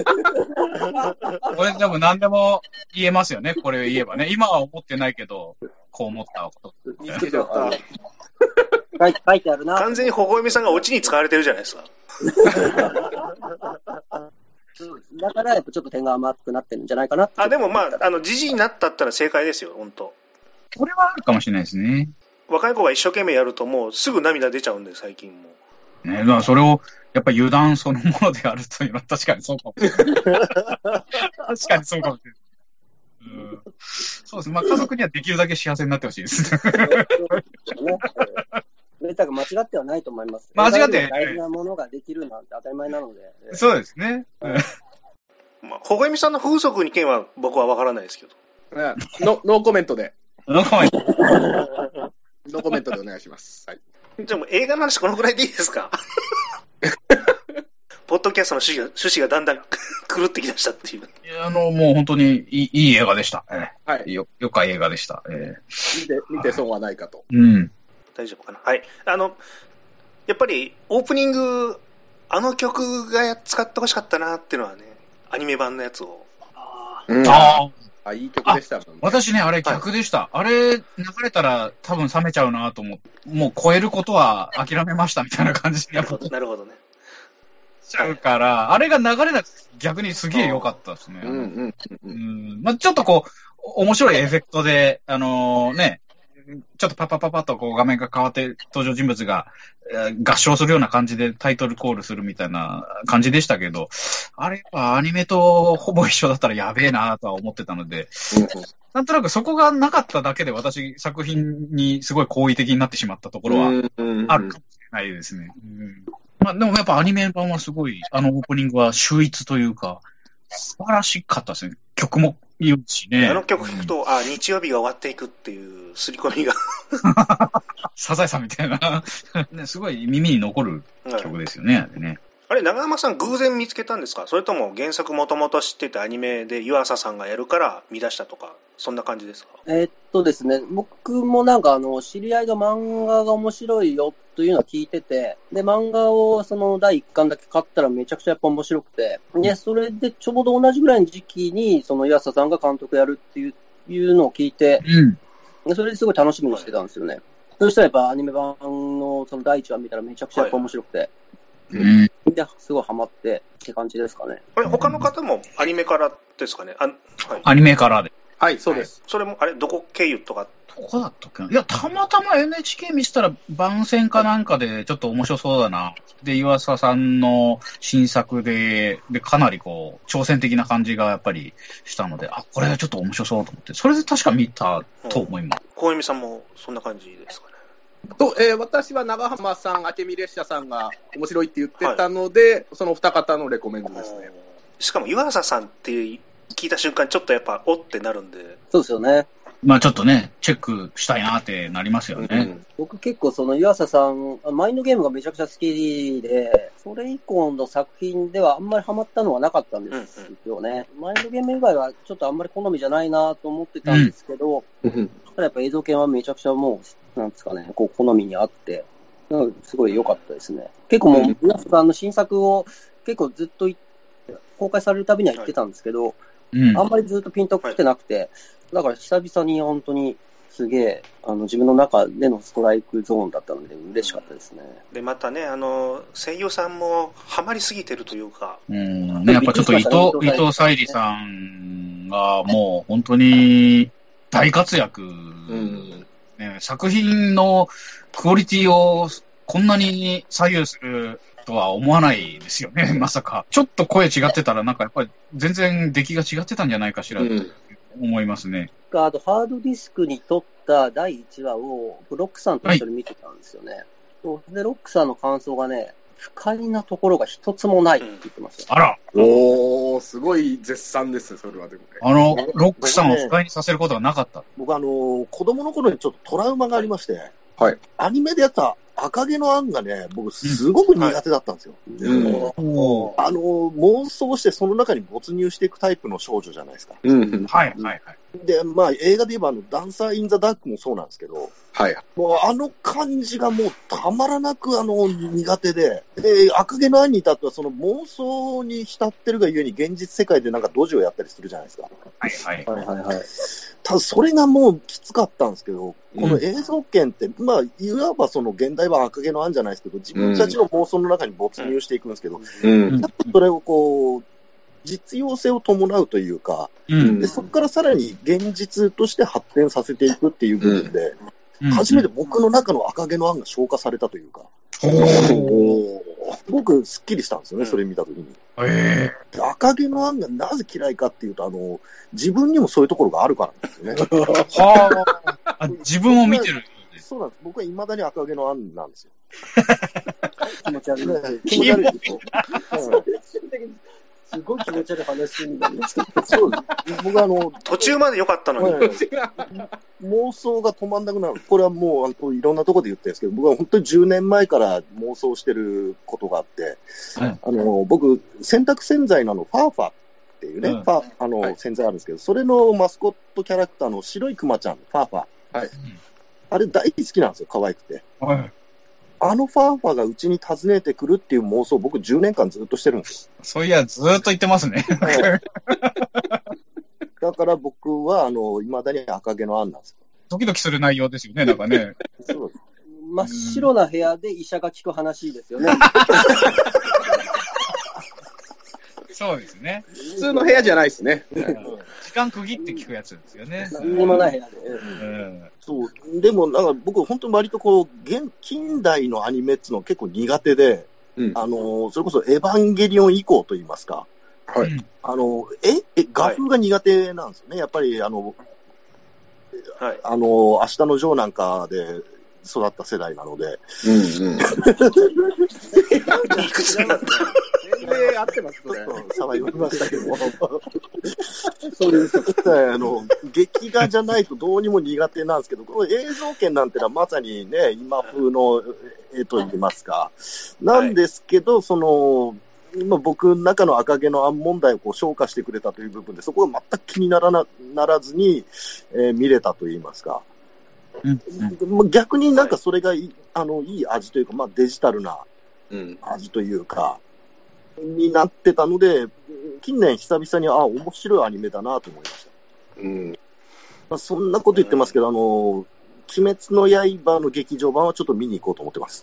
れでも何でも言えますよね、これを言えばね。今は思ってないけど、こう思ったこと。 見つけちゃった。 書いてあるな。 完全に微笑みさんがオチに使われてるじゃないですか。 だからやっぱちょっと点が甘くなってるんじゃないかなって。 でもまあ、時事になったったら正解ですよ、本当。 これはあるかもしれないですね。 若い子が一生懸命やるともうすぐ涙出ちゃうんで、最近も。 ね、だからそれを、やっぱ油断そのものであるというのは確かにそうかもしれない。確かにそうかもしれない。そうですね。まあ家族にはできるだけ幸せになってほしいです。 だから間違ってはないと思います。 間違って大事なものができるなんて当たり前なので。 そうですね。 まあ、微笑みさんの風俗に件は僕は分からないですけど。 ノーコメントで。 ノーコメント。 ノーコメントでお願いします。はい。 じゃあもう映画の話このぐらいでいいですか？ポッドキャストの趣旨がだんだん狂ってきだしたっていう。 もう本当にいい映画でした。 はい。 よか映画でした。 見て損はないかと。 うん。 大丈夫かな。はい。やっぱりオープニング、曲が使ってほしかったなっていうのはね、アニメ版のやつを。 いい曲でしたもんね。 私ね、あれ逆でした。あれ流れたら多分冷めちゃうなと思って、もう超えることは諦めましたみたいな感じになるほどね。 ちゃうから、あれが流れなくて逆にすげえ良かったですね。まあちょっとこう、面白いエフェクトで、ね、 ちょっとパパパパとこう画面が変わって登場人物が合唱するような感じでタイトルコールするみたいな感じでしたけど、あれやっぱアニメとほぼ一緒だったらやべえなとは思ってたので、なんとなくそこがなかっただけで私作品にすごい好意的になってしまったところはあるかもしれないですね。まあでもやっぱアニメ版はすごい、オープニングは秀逸というか、素晴らしかったですね。曲もいいしね。 あの曲聴くと、日曜日が終わっていくっていう刷り込みが。 サザエさんみたいな、ね、すごい耳に残る曲ですよね、あれね。 あれ、長山さん偶然見つけたんですか？それとも原作もともと知っててアニメで湯浅さんがやるから見出したとか、そんな感じですか？ ですね、僕もなんか知り合いが漫画が面白いよというのを聞いてて、で、漫画をその第1巻だけ買ったらめちゃくちゃやっぱ面白くて、で、それでちょうど同じぐらいの時期に、その湯浅さんが監督やるっていうのを聞いて、でそれですごい楽しみにしてたんですよね。そしたらやっぱアニメ版のその第1話見たらめちゃくちゃやっぱ面白くて、ですごいハマってって感じですかね。 あれ、他の方もアニメからですかね？はい、 アニメからで。 はい、そうです。 それも、あれ、どこ経由とか？ どこだったっけな？いや、たまたま NHK 見せたら番宣かなんかでちょっと面白そうだな。で、岩佐さんの新作でかなりこう、挑戦的な感じがやっぱりしたので、これはちょっと面白そうと思って、それで確か見たと思います。 小泉さんもそんな感じですかね？ 私は長浜さん、明美列車さんが面白いって言ってたので、その二方のレコメンドですね。 しかも湯浅さんって聞いた瞬間、ちょっとやっぱ、おってなるんで。 そうですよね。 まあちょっとね、チェックしたいなってなりますよね。 僕結構その湯浅さん、マインドゲームがめちゃくちゃ好きで、それ以降の作品ではあんまりハマったのはなかったんですよね。マインドゲーム以外はちょっとあんまり好みじゃないなと思ってたんですけど、ただやっぱ映像系はめちゃくちゃもう、なんですかね、こう好みにあって、すごい良かったですね。結構もう湯浅さんの新作を結構ずっと公開されるたびには言ってたんですけど、あんまりずっとピンと来てなくて、だから久々に本当にすげえ自分の中でのストライクゾーンだったので嬉しかったですね。 でまたね声優さんもハマりすぎてるというか、 ね、やっぱちょっと伊藤沙莉さんがもう本当に大活躍、ね、作品のクオリティをこんなに左右するとは思わないですよね、まさか。ちょっと声違ってたら、なんかやっぱり全然出来が違ってたんじゃないかしらと思いますね。 ハードディスクに撮った第1話をロックさんと一緒に見てたんですよね。で、ロックさんの感想がね、不快なところが一つもないって言ってました。 あら。 おー、すごい絶賛です、それはでもね。ロックさんを不快にさせることはなかった。 僕子供の頃にちょっとトラウマがありまして、 はい。 アニメでやった赤毛のアンがね、僕すごく苦手だったんですよ。妄想してその中に没入していくタイプの少女じゃないですか。 はいはいはい。 で、まあ映画で言えばダンサー・イン・ザ・ダークもそうなんですけど、 はい。 もう感じがもうたまらなく苦手で、赤毛のアンに至ってはその妄想に浸ってるがゆえに現実世界でなんかドジをやったりするじゃないですか。 はいはいはいはい。 ただそれがもうきつかったんですけど、この映像権って、まあ、いわばその現代版赤毛のアンじゃないですけど、自分たちの妄想の中に没入していくんですけど、それをこう、実用性を伴うというか、でそこからさらに現実として発展させていくっていう部分で、初めて僕の中の赤毛のアンが消化されたというか、すごくスッキリしたんですよね、それ見たときに。赤毛のアンがなぜ嫌いかっていうと、自分にもそういうところがあるからなんですよね。 自分を見てる。 そうなんです。僕は未だに赤毛のアンなんですよ。 気持ち悪い。気持ち悪い。すごい気持ち悪い話になりますけど。そうです。 僕途中まで良かったのに。 妄想が止まんなくなる。これはもういろんなところで言ってるんですけど、僕は本当に10年前から妄想してることがあって、僕、洗濯洗剤のファーファっていうね、洗剤あるんですけど、それのマスコットキャラクターの白いクマちゃん、ファーファ。あれ大好きなんですよ、可愛くて。ファーファがうちに訪ねてくるっていう妄想を僕10年間ずっとしてるんですよ。 そういや、ずっと言ってますね。 だから僕は、未だに赤毛のアンなんですよ。 ドキドキする内容ですよね、なんかね。 そう真っ白な部屋で医者が聞く話ですよね。 そうですね。 普通の部屋じゃないですね。 時間区切って聞くやつですよね。 何にもない部屋で。そう。でも、なんか僕、本当に割と近代のアニメっていうの結構苦手で、それこそエヴァンゲリオン以降といいますか。 はい。 画風が苦手なんですよね。やっぱり、明日のジョーなんかで育った世代なので。 いくつになった全然合ってますね。 ちょっと騒ぎましたけど。そういう、劇画じゃないとどうにも苦手なんですけど、この映像権なんてのはまさにね、今風の絵といいますか。なんですけど、今僕の中の赤毛のアン問題を消化してくれたという部分で、そこが全く気にならずに、見れたといいますか。逆になんかそれがいい味というか、デジタルな味というか、になってたので、近年久々に面白いアニメだなと思いました。そんなこと言ってますけど、鬼滅の刃の劇場版はちょっと見に行こうと思ってます。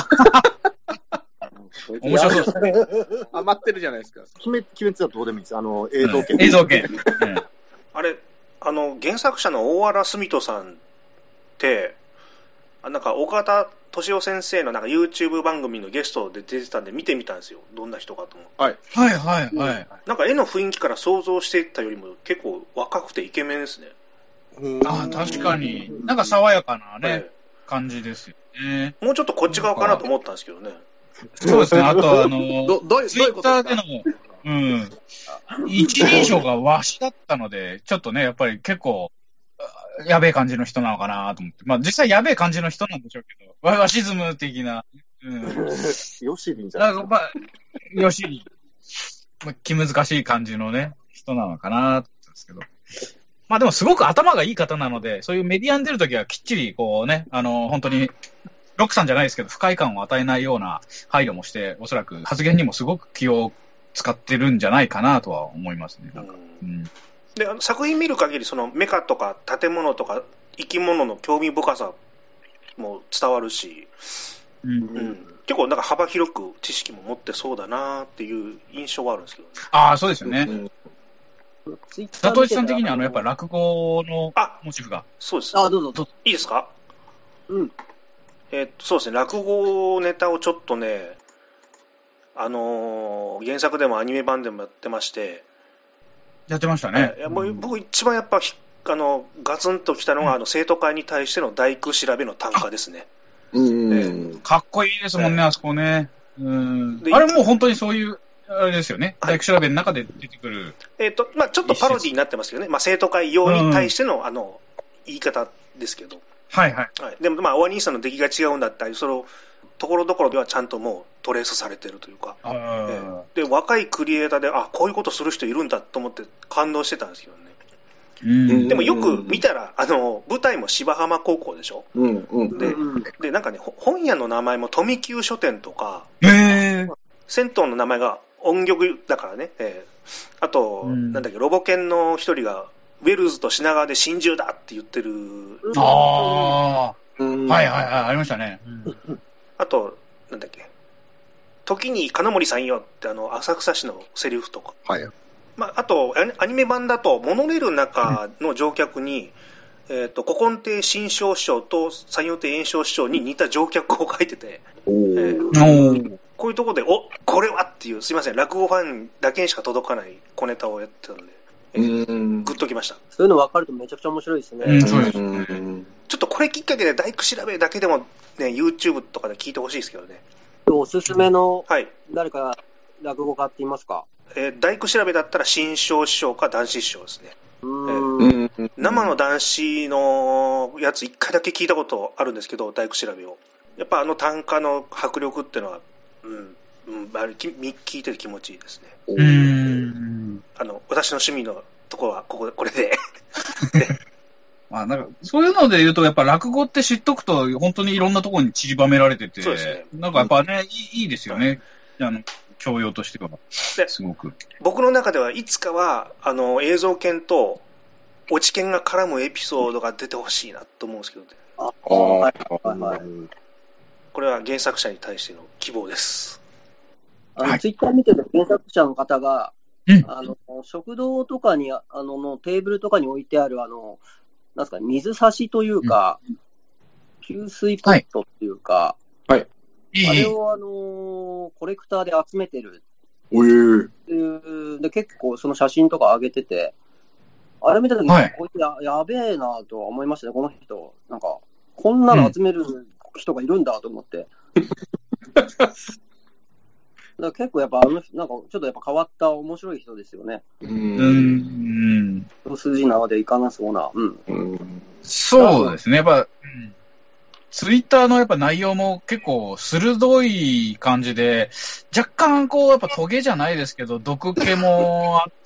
面白そうですね。 余ってるじゃないですか。 鬼滅はどうでもいいです。映像権。 映像権。 あれ、原作者の大原澄人さんって、なんか岡田敏夫先生のなんか YouTube 番組のゲストで出てたんで見てみたんですよ。どんな人かと思って。 はい。 はいはいはい。 なんか絵の雰囲気から想像していったよりも結構若くてイケメンですね。 確かに。なんか爽やかなね、感じですよね。 もうちょっとこっち側かなと思ったんですけどね。 そうですね。あとツイッターでの、一人称がわしだったので、ちょっとね、やっぱり結構、やべえ感じの人なのかなと思って。実際やべえ感じの人なんでしょうけど、ワシズム的な。 ヨシリンじゃないですか。 ヨシリン。気難しい感じのね、人なのかなと思ったんですけど。でもすごく頭がいい方なので、そういうメディアに出るときはきっちり本当に、ロックさんじゃないですけど、不快感を与えないような配慮もして、おそらく発言にもすごく気を使ってるんじゃないかなとは思いますね。 で、作品見る限り、メカとか建物とか生き物の興味深さも伝わるし、結構なんか幅広く知識も持ってそうだなっていう印象はあるんですけど、ね。 そうですよね。里井さん的にはやっぱ落語のモチーフが。 そうです。 どうぞ。 いいですか？そうですね、落語ネタをちょっとね、原作でもアニメ版でもやってまして。 やってましたね。 僕一番やっぱガツンときたのが、生徒会に対しての大工調べの単価ですね。 かっこいいですもんね、あそこね。あれもう本当にそういう、あれですよね。大工調べの中で出てくる。 ちょっとパロディになってますけどね。生徒会用に対しての、言い方ですけど。 はいはい。 でも、お兄さんの出来が違うんだったり、ところどころではちゃんともうトレースされてるというか。で、若いクリエイターで、こういうことする人いるんだと思って感動してたんですけどね。でもよく見たら、舞台も芝浜高校でしょ。で、なんかね、本屋の名前も富久書店とか、銭湯の名前が音玉だからね。あと、なんだっけ、ロボ犬の一人が、ウェルズと品川で心中だって言ってる。 はいはいはい、ありましたね。 あと、なんだっけ、時に金森さんよって浅草市のセリフとか。あと、アニメ版だと、モノレールの中の乗客に、古今亭新章師匠と三遊亭圓生師匠に似た乗客を書いてて、こういうところで、これはっていう、すいません、落語ファンだけにしか届かない小ネタをやってたんで、グッときました。 そういうの分かるとめちゃくちゃ面白いですね。 ちょっとこれきっかけで大工調べだけでも、ね、YouTube とかで聞いてほしいですけどね。 おすすめの誰か落語家って言いますか？ 大工調べだったら新章師匠か談志師匠ですね。生の談志のやつ1回だけ聞いたことあるんですけど、大工調べを。やっぱ単価の迫力っていうのは、聞いてて気持ちいいですね。私の趣味のところはこれで。 なんかそういうので言うと、やっぱ落語って知っとくと、本当にいろんなところに散りばめられてて、なんかやっぱね、いいですよね。教養としては。すごく。 僕の中ではいつかは、映像犬と落ち犬が絡むエピソードが出てほしいなと思うんですけどね。これは原作者に対しての希望です。 ツイッター見てる原作者の方が、食堂とかに、のテーブルとかに置いてある、なんすか、水差しというか、給水ポットっていうか、 はい。 あれをコレクターで集めてる。で、結構その写真とか上げてて、あれ見たときに、こいつやべえなとは思いましたね、この人。なんか、こんなの集める人がいるんだと思って。だから結構やっぱなんかちょっとやっぱ変わった面白い人ですよね。一筋縄でいかなそうな。 そうですね。やっぱ、ツイッターのやっぱ内容も結構鋭い感じで、若干こうやっぱトゲじゃないですけど、毒気もあって、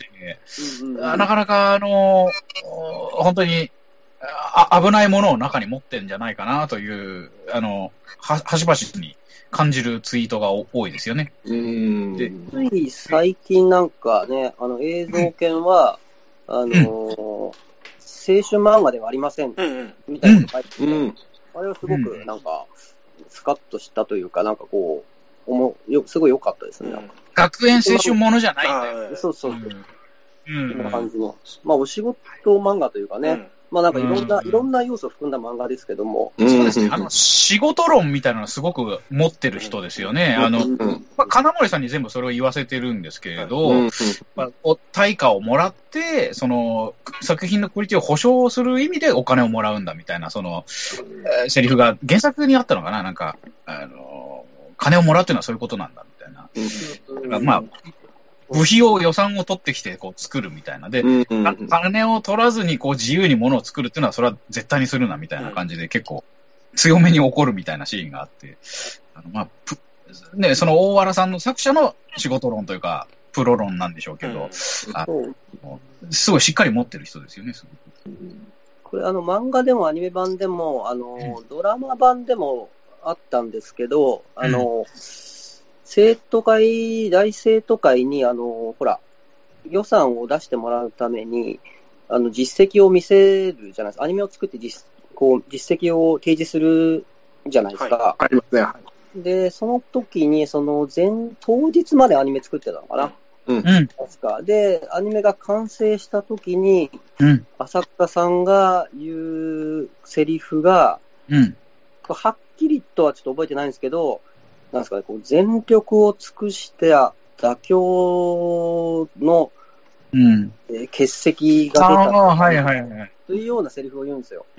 なかなか本当に危ないものを中に持ってんじゃないかなという、端々に感じるツイートが多いですよね。 でつい最近なんかね、映像犬は、青春漫画ではありません、みたいなのが書いてて、あれはすごくなんか、スカッとしたというか、なんかこう、すごい良かったですね。 学園青春ものじゃないんだよ。 そう。そんな感じの。まあ、お仕事漫画というかね。まあなんかいろんな要素を含んだ漫画ですけども。 そうですね。仕事論みたいなのすごく持ってる人ですよね。金森さんに全部それを言わせてるんですけれど、対価をもらって、その作品のクオリティを保証する意味でお金をもらうんだみたいな、その、セリフが原作にあったのかな、なんか、金をもらうっていうのはそういうことなんだみたいな。まあ、部費を予算を取ってきてこう作るみたいなで、金を取らずにこう自由に物を作るっていうのはそれは絶対にするなみたいな感じで結構強めに怒るみたいなシーンがあって、ね、その大原さんの作者の仕事論というかプロ論なんでしょうけど、すごいしっかり持ってる人ですよね。すごくこれ漫画でもアニメ版でもドラマ版でもあったんですけど、大生徒会に、ほら、予算を出してもらうために、実績を見せるじゃないですか。アニメを作って実績を提示するじゃないですか。 ありますね。 で、その時に、当日までアニメ作ってたのかな。確か。で、アニメが完成した時に、浅草さんが言うセリフが、はっきりとはちょっと覚えてないんですけど、なんですかね、こう全力を尽くして妥協の、欠席が出たというようなセリフを言うんですよ。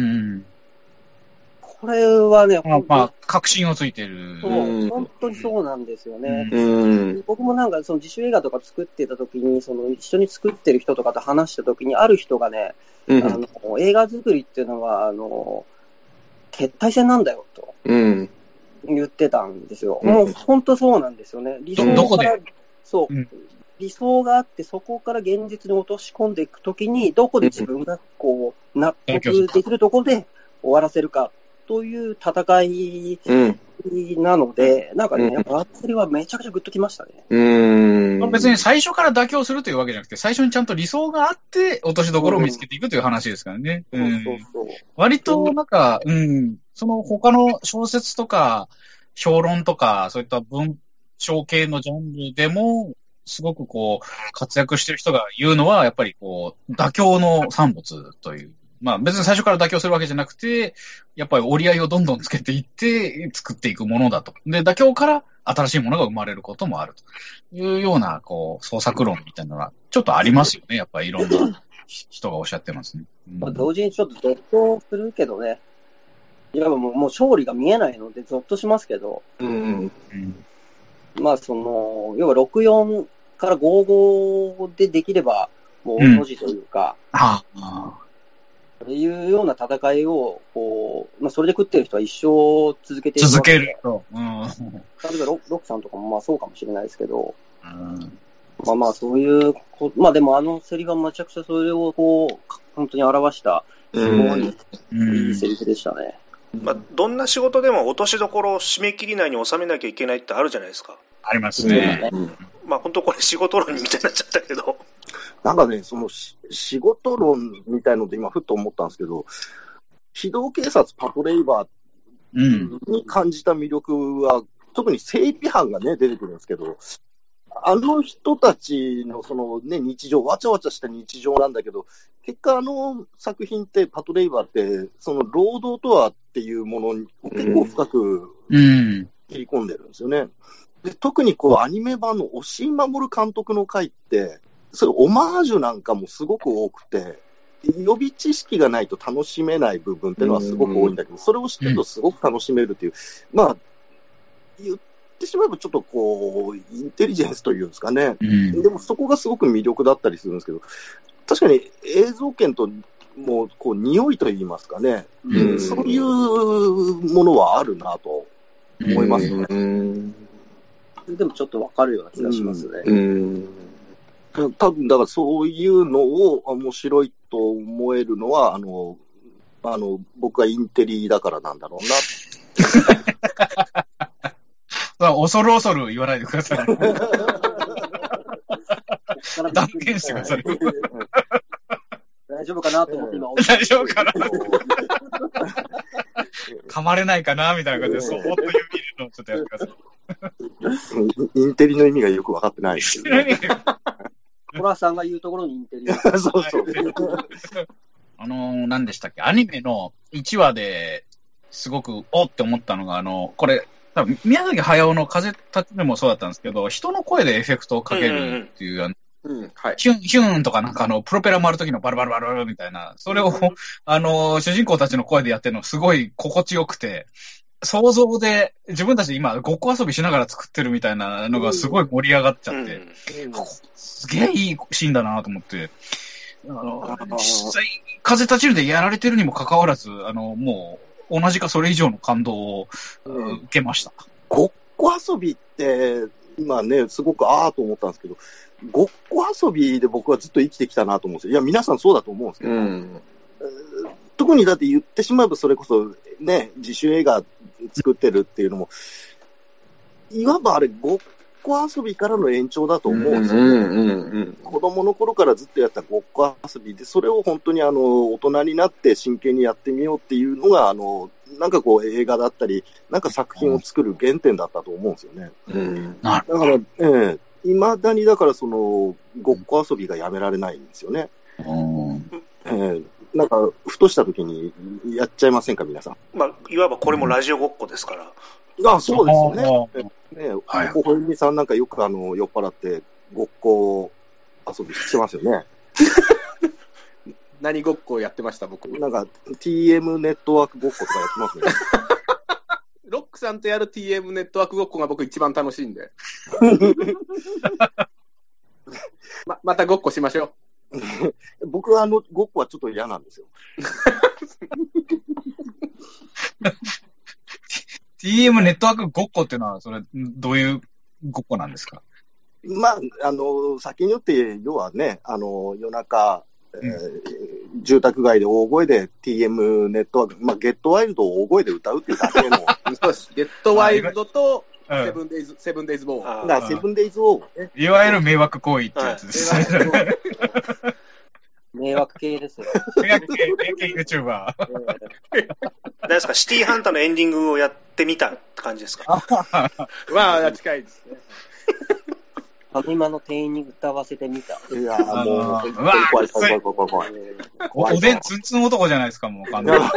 これはね、 確信をついてる。 そう、本当にそうなんですよね。僕もなんかその自主映画とか作ってた時に、一緒に作ってる人とかと話した時に、ある人がね、映画作りっていうのは決体戦なんだよと。言ってたんですよ。もう本当そうなんですよね。理想があって、そこから現実に落とし込んでいくときに、どこで自分がこう納得できるところで終わらせるかという戦いなので、なんかね、やっぱそれはめちゃくちゃグッときましたね。 別に最初から妥協するというわけじゃなくて、最初にちゃんと理想があって落としどころを見つけていくという話ですからね。割となんか、その他の小説とか評論とかそういった文章系のジャンルでもすごくこう活躍してる人が言うのはやっぱりこう妥協の産物という。まあ別に最初から妥協するわけじゃなくて、やっぱり折り合いをどんどんつけていって作っていくものだと。で、妥協から新しいものが生まれることもあるというようなこう創作論みたいなのはちょっとありますよね。やっぱりいろんな人がおっしゃってますね。 同時にちょっとゾッとするけどね。いやもう勝利が見えないのでゾッとしますけど。まあ要は64から55でできればもう文字というか。いうような戦いをこう、それで食ってる人は一生続けていく。 続けると。 例えばロックさんとかもそうかもしれないですけど。そういうでもセリフはめちゃくちゃそれをこう本当に表したすごいいいセリフでしたね。 どんな仕事でも落としどころを締め切り内に収めなきゃいけないってあるじゃないですか。 ありますね。 本当これ仕事論みたいになっちゃったけど。 なんかね、その仕事論みたいので今ふっと思ったんですけど、機動警察パトレイバーに感じた魅力は特に整備班がね、出てくるんですけど、あの人たちのそのね、日常、わちゃわちゃした日常なんだけど、結果あの作品って、パトレイバーって、その労働とはっていうものに結構深く切り込んでるんですよね。で特にこうアニメ版の押井守監督の回って、それオマージュなんかもすごく多くて、予備知識がないと楽しめない部分っていうのはすごく多いんだけど、それを知ってるとすごく楽しめるっていう、まあ、言ってしまえばちょっとこう、インテリジェンスというんですかね。でもそこがすごく魅力だったりするんですけど、確かに映像権ともうこう匂いといいますかね、そういうものはあるなと思いますよね。 でもちょっとわかるような気がしますね。 多分だからそういうのを面白いと思えるのは、僕はインテリだからなんだろうな。 恐る恐る言わないでください。断言してください。 大丈夫かなと思って今、 大丈夫かな噛まれないかなみたいな感じで、そーっと指入れるのをちょっとやってください。 インテリの意味がよく分かってないですけど、ね。 トラさんが言うところにインテリ。 そうそう。 何でしたっけ、アニメの1話ですごくおって思ったのが、これ、多分宮崎駿の風立ちぬもそうだったんですけど、人の声でエフェクトをかけるっていう、ヒューンとかなんかプロペラ回るときのバルバルバルバルみたいな、それを、主人公たちの声でやってるのすごい心地よくて、想像で自分たちで今ごっこ遊びしながら作ってるみたいなのがすごい盛り上がっちゃって、すげえいいシーンだなと思って、実際風立ちぬでやられてるにもかかわらず、もう同じかそれ以上の感動を受けました。 ごっこ遊びって今ね、すごくと思ったんですけど、ごっこ遊びで僕はずっと生きてきたなと思うんですよ。いや、皆さんそうだと思うんですけど、特にだって言ってしまえばそれこそね、自主映画作ってるっていうのも、いわばあれ、ごっこ遊びからの延長だと思うんですよ。子供の頃からずっとやったごっこ遊びで、それを本当に大人になって真剣にやってみようっていうのが、なんかこう映画だったり、なんか作品を作る原点だったと思うんですよね。だから、未だにだからその、ごっこ遊びがやめられないんですよね。なんか、ふとした時にやっちゃいませんか、皆さん。 まあ、いわばこれもラジオごっこですから。 そうですよね。小泉さんなんかよく酔っ払ってごっこ遊びしてますよね。 何ごっこをやってました、僕。 なんか TM ネットワークごっことかやってますね。 ロックさんとやる TM ネットワークごっこが僕一番楽しいんで。またごっこしましょう。僕はごっこはちょっと嫌なんですよ。 TM ネットワークごっこっていうのは、それ、どういうごっこなんですか？ まあ、先によって、要はね、夜中、住宅街で大声で TM ネットワーク、まあ、ゲットワイルドを大声で歌うっていうだけの。 そうです。ゲットワイルドと、セブンデイズウォー。 セブンデイズウォー。 いわゆる迷惑行為ってやつです。 迷惑系ですよ。 迷惑系 YouTuber。 何ですか、シティーハンターのエンディングをやってみたって感じですか？ まあ、近いですね。 ファミマの店員に歌わせてみた。 いやもう、 怖い。おでんツンツン男じゃないですか、もう完全に。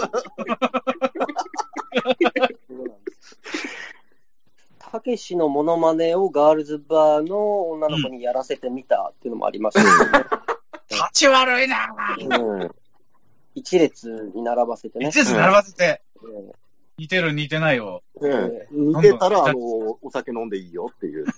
たけしのモノマネをガールズバーの女の子にやらせてみたっていうのもありましたよね。 立ち悪いなぁ。 一列に並ばせてね。 一列並ばせて。似てる似てないよ。 似てたら、お酒飲んでいいよっていう。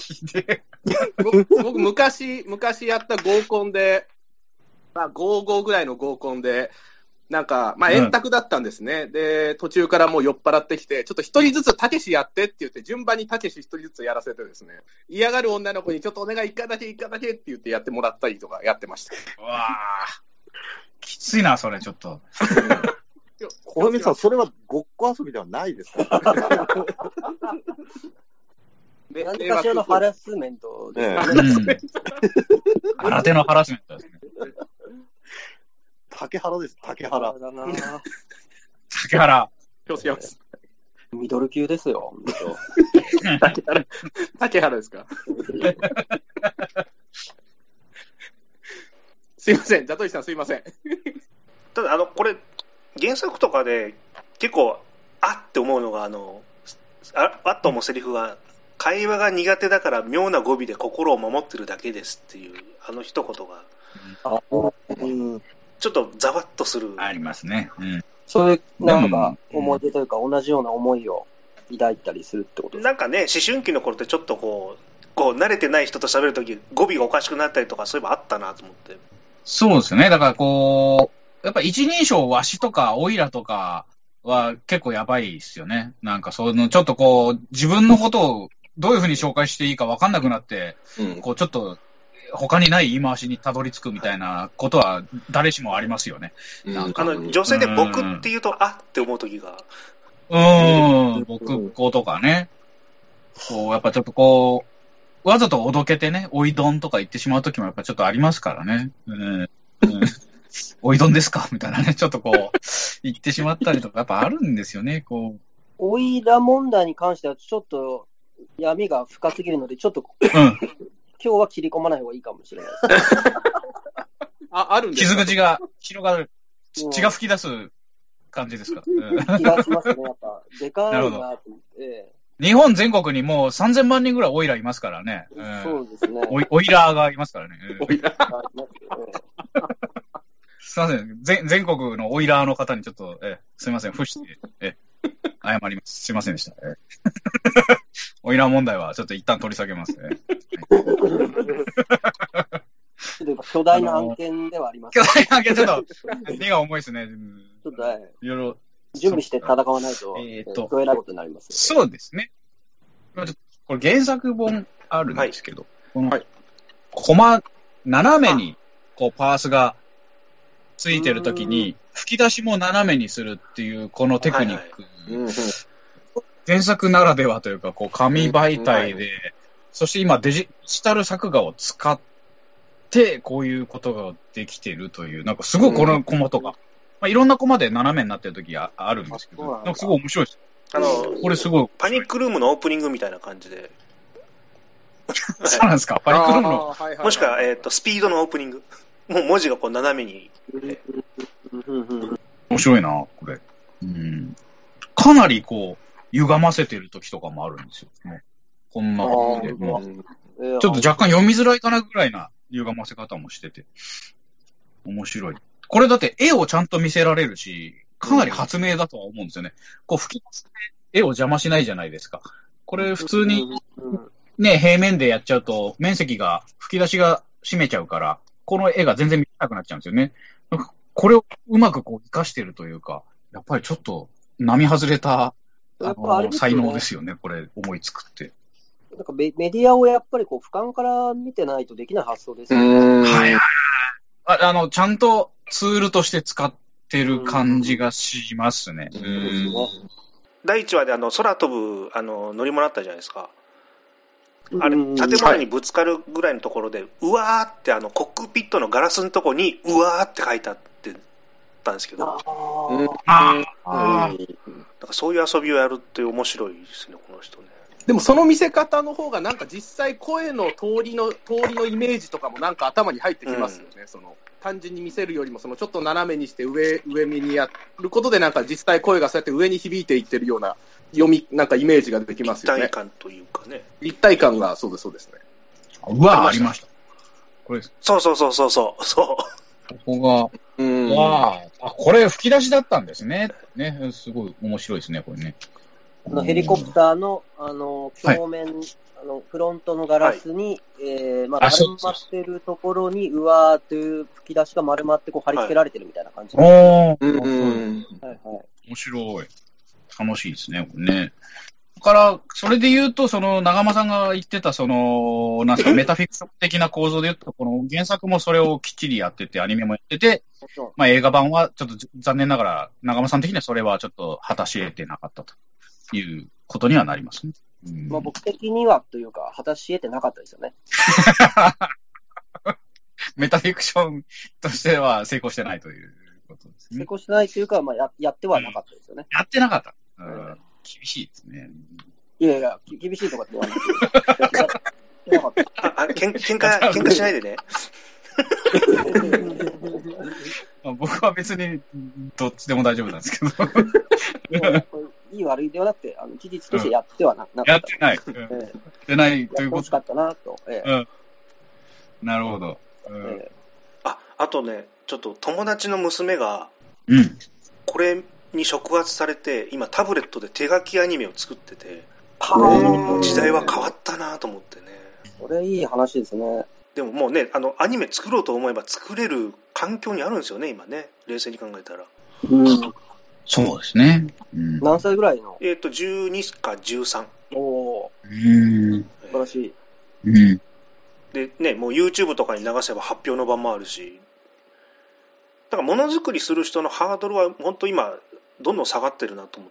僕、昔やった合コンで、まあ、55ぐらいの合コンで、なんか、まあ、円卓だったんですね。で、途中からもう酔っ払ってきて、ちょっと一人ずつたけしやってって言って、順番にたけし一人ずつやらせてですね、嫌がる女の子にちょっとお願い一回だけって言ってやってもらったりとかやってました。 うわぁ。きついな、それちょっと。 小泉さん、それはごっこ遊びではないですか？ 何かしらのハラスメントですね。 新手のハラスメントですね。 竹原です、竹原。 竹原。 気をつけます。 ミドル級ですよ。 竹原ですかすいません、ザトイさんすいません。 ただ、これ、原作とかで結構、あって思うのが、あっと思うセリフが、会話が苦手だから妙な語尾で心を守ってるだけですっていう、一言が、ちょっとざわっとする。 ありますね。うん。 そういう、なんか、思い出というか、同じような思いを抱いたりするってことですか？ なんかね、思春期の頃ってちょっとこう慣れてない人と喋るとき、語尾がおかしくなったりとか、そういえばあったなと思って。 そうですよね。だからやっぱ一人称わしとかオイラとかは結構やばいですよね。なんかちょっと自分のことをどういうふうに紹介していいか分かんなくなって、ちょっと他にない言い回しにたどり着くみたいなことは誰しもありますよね。 なんか女性で僕って言うと、あって思うときが。 僕とかね。やっぱちょっとわざとおどけてね、おいどんとか言ってしまうときもやっぱちょっとありますからね。おいどんですかみたいなね、ちょっと言ってしまったりとかやっぱあるんですよね、 おいら問題に関してはちょっと闇が深すぎるので、ちょっと、今日は切り込まない方がいいかもしれないです。 あるんですか？ 傷口が広がる、血が吹き出す感じですか？ 気がしますね、やっぱ。でかいなと思って。 日本全国にもう3000万人ぐらいオイラいますからね。 そうですね。 オイラーがいますからね。 オイラーすいません。全国のオイラーの方にちょっと、すいません。伏して、謝ります。すいませんでした。オイラー問題はちょっと一旦取り下げますね。 巨大な案件ではあります。 巨大な案件、ちょっと、荷が重いですね。 ちょっと、 いろいろ。 準備して戦わないと、どえらいことになります。 そうですね。これ原作本あるんですけど、コマ、斜めに、パースがついてるときに、吹き出しも斜めにするっていう、このテクニック。原作ならではというか、紙媒体で、そして今デジタル作画を使って、こういうことができてるという、なんかすごいこのコマとか、いろんなコマで斜めになってるときがあるんですけど、なんかすごい面白いです。これすごい。 パニックルームのオープニングみたいな感じで。 そうなんですか？パニックルームの。 もしくは、スピードのオープニング。もう文字が斜めに。 面白いな、これ。かなり歪ませてるときとかもあるんですよね。こんな感じで。ちょっと若干読みづらいかなぐらいな歪ませ方もしてて。面白い。これだって絵をちゃんと見せられるし、かなり発明だとは思うんですよね。吹き出して絵を邪魔しないじゃないですか。これ普通にね、平面でやっちゃうと面積が、吹き出しが占めちゃうから、この絵が全然見えなくなっちゃうんですよね。これをうまく活かしてるというか、やっぱりちょっと並外れた才能ですよね、これ思いつくって。 なんかメディアをやっぱり俯瞰から見てないとできない発想ですよね。 ちゃんとツールとして使ってる感じがしますね。 第1話で空飛ぶ乗り物あったじゃないですか。あれ、建物にぶつかるぐらいのところで、うわーってコックピットのガラスのところに、うわーって書いてあってたんですけど。なんかそういう遊びをやるって面白いですね、この人ね。 でもその見せ方の方がなんか実際声の通りのイメージとかもなんか頭に入ってきますよね。単純に見せるよりもちょっと斜めにして上目にやることでなんか実際声がそうやって上に響いていってるようななんかイメージができますよね。 立体感というかね。 立体感がそうですね。 うわ、ありました。これそう。 ここが、わあ、これ吹き出しだったんですね。ね、すごい面白いですね、これね。 ヘリコプターの、表面、フロントのガラスに、丸まってるところに、うわーという吹き出しが丸まって貼り付けられてるみたいな感じ。 面白い。楽しいですね、これね。だから、それで言うと、長間さんが言ってた、なんすか、メタフィクション的な構造で言うと、この原作もそれをきっちりやってて、アニメもやってて、映画版はちょっと残念ながら、長間さん的にはそれはちょっと果たし得てなかったということにはなりますね。 僕的にはというか、果たし得てなかったですよね。 メタフィクションとしては成功してないということですね。 成功してないというか、やってはなかったですよね。 やってなかった。 厳しいですね。 いやいや、厳しいとかって言わない喧嘩しないでね。 僕は別にどっちでも大丈夫なんですけど。 いい悪いではなくて、事実としてやってはなかった。 やってない。やってないということ。 欲しかったなと。 なるほど。 あとね、ちょっと友達の娘が、これに触発されて、今タブレットで手書きアニメを作ってて、時代は変わったなと思ってね。 それいい話ですね。 でももうね、アニメ作ろうと思えば作れる環境にあるんですよね、今ね。冷静に考えたら。 そうですね。 何歳ぐらいの 12か13。 素晴らしい。 でね、もう YouTube とかに流せば発表の場もあるし、だからものづくりする人のハードルは本当今どんどん下がってるなと思って。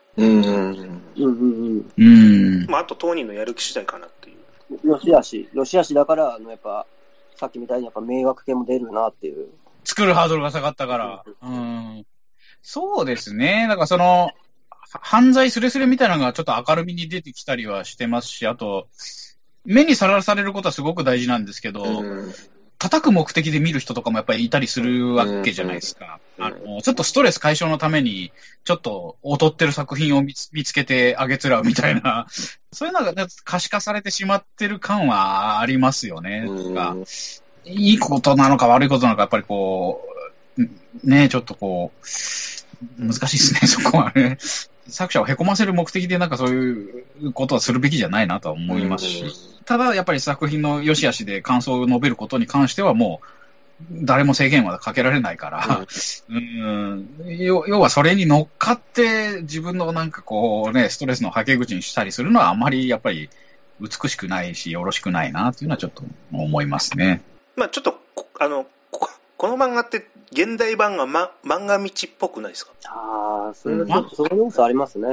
あと当人のやる気次第かなっていう。 よしあしだから、やっぱさっきみたいにやっぱ迷惑系も出るなっていう。 作るハードルが下がったから。そうですね。だから犯罪スレスレみたいなのがちょっと明るみに出てきたりはしてますし、あと、目にさらされることはすごく大事なんですけど、叩く目的で見る人とかもやっぱりいたりするわけじゃないですか。ちょっとストレス解消のために、ちょっと劣ってる作品を見つけてあげつらうみたいな、そういうのが可視化されてしまってる感はありますよね。いいことなのか悪いことなのか、やっぱりこう、ね、ちょっとこう、難しいですね、そこはね。作者を凹ませる目的でなんかそういうことはするべきじゃないなとは思いますし、ただやっぱり作品の良し悪しで感想を述べることに関してはもう誰も制限はかけられないから、要はそれに乗っかって自分のなんかこうね、ストレスのはけ口にしたりするのはあまりやっぱり美しくないしよろしくないなというのはちょっと思いますね。 まあちょっとこの漫画って現代版が、漫画道っぽくないですか？ それはちょっとその要素ありますね。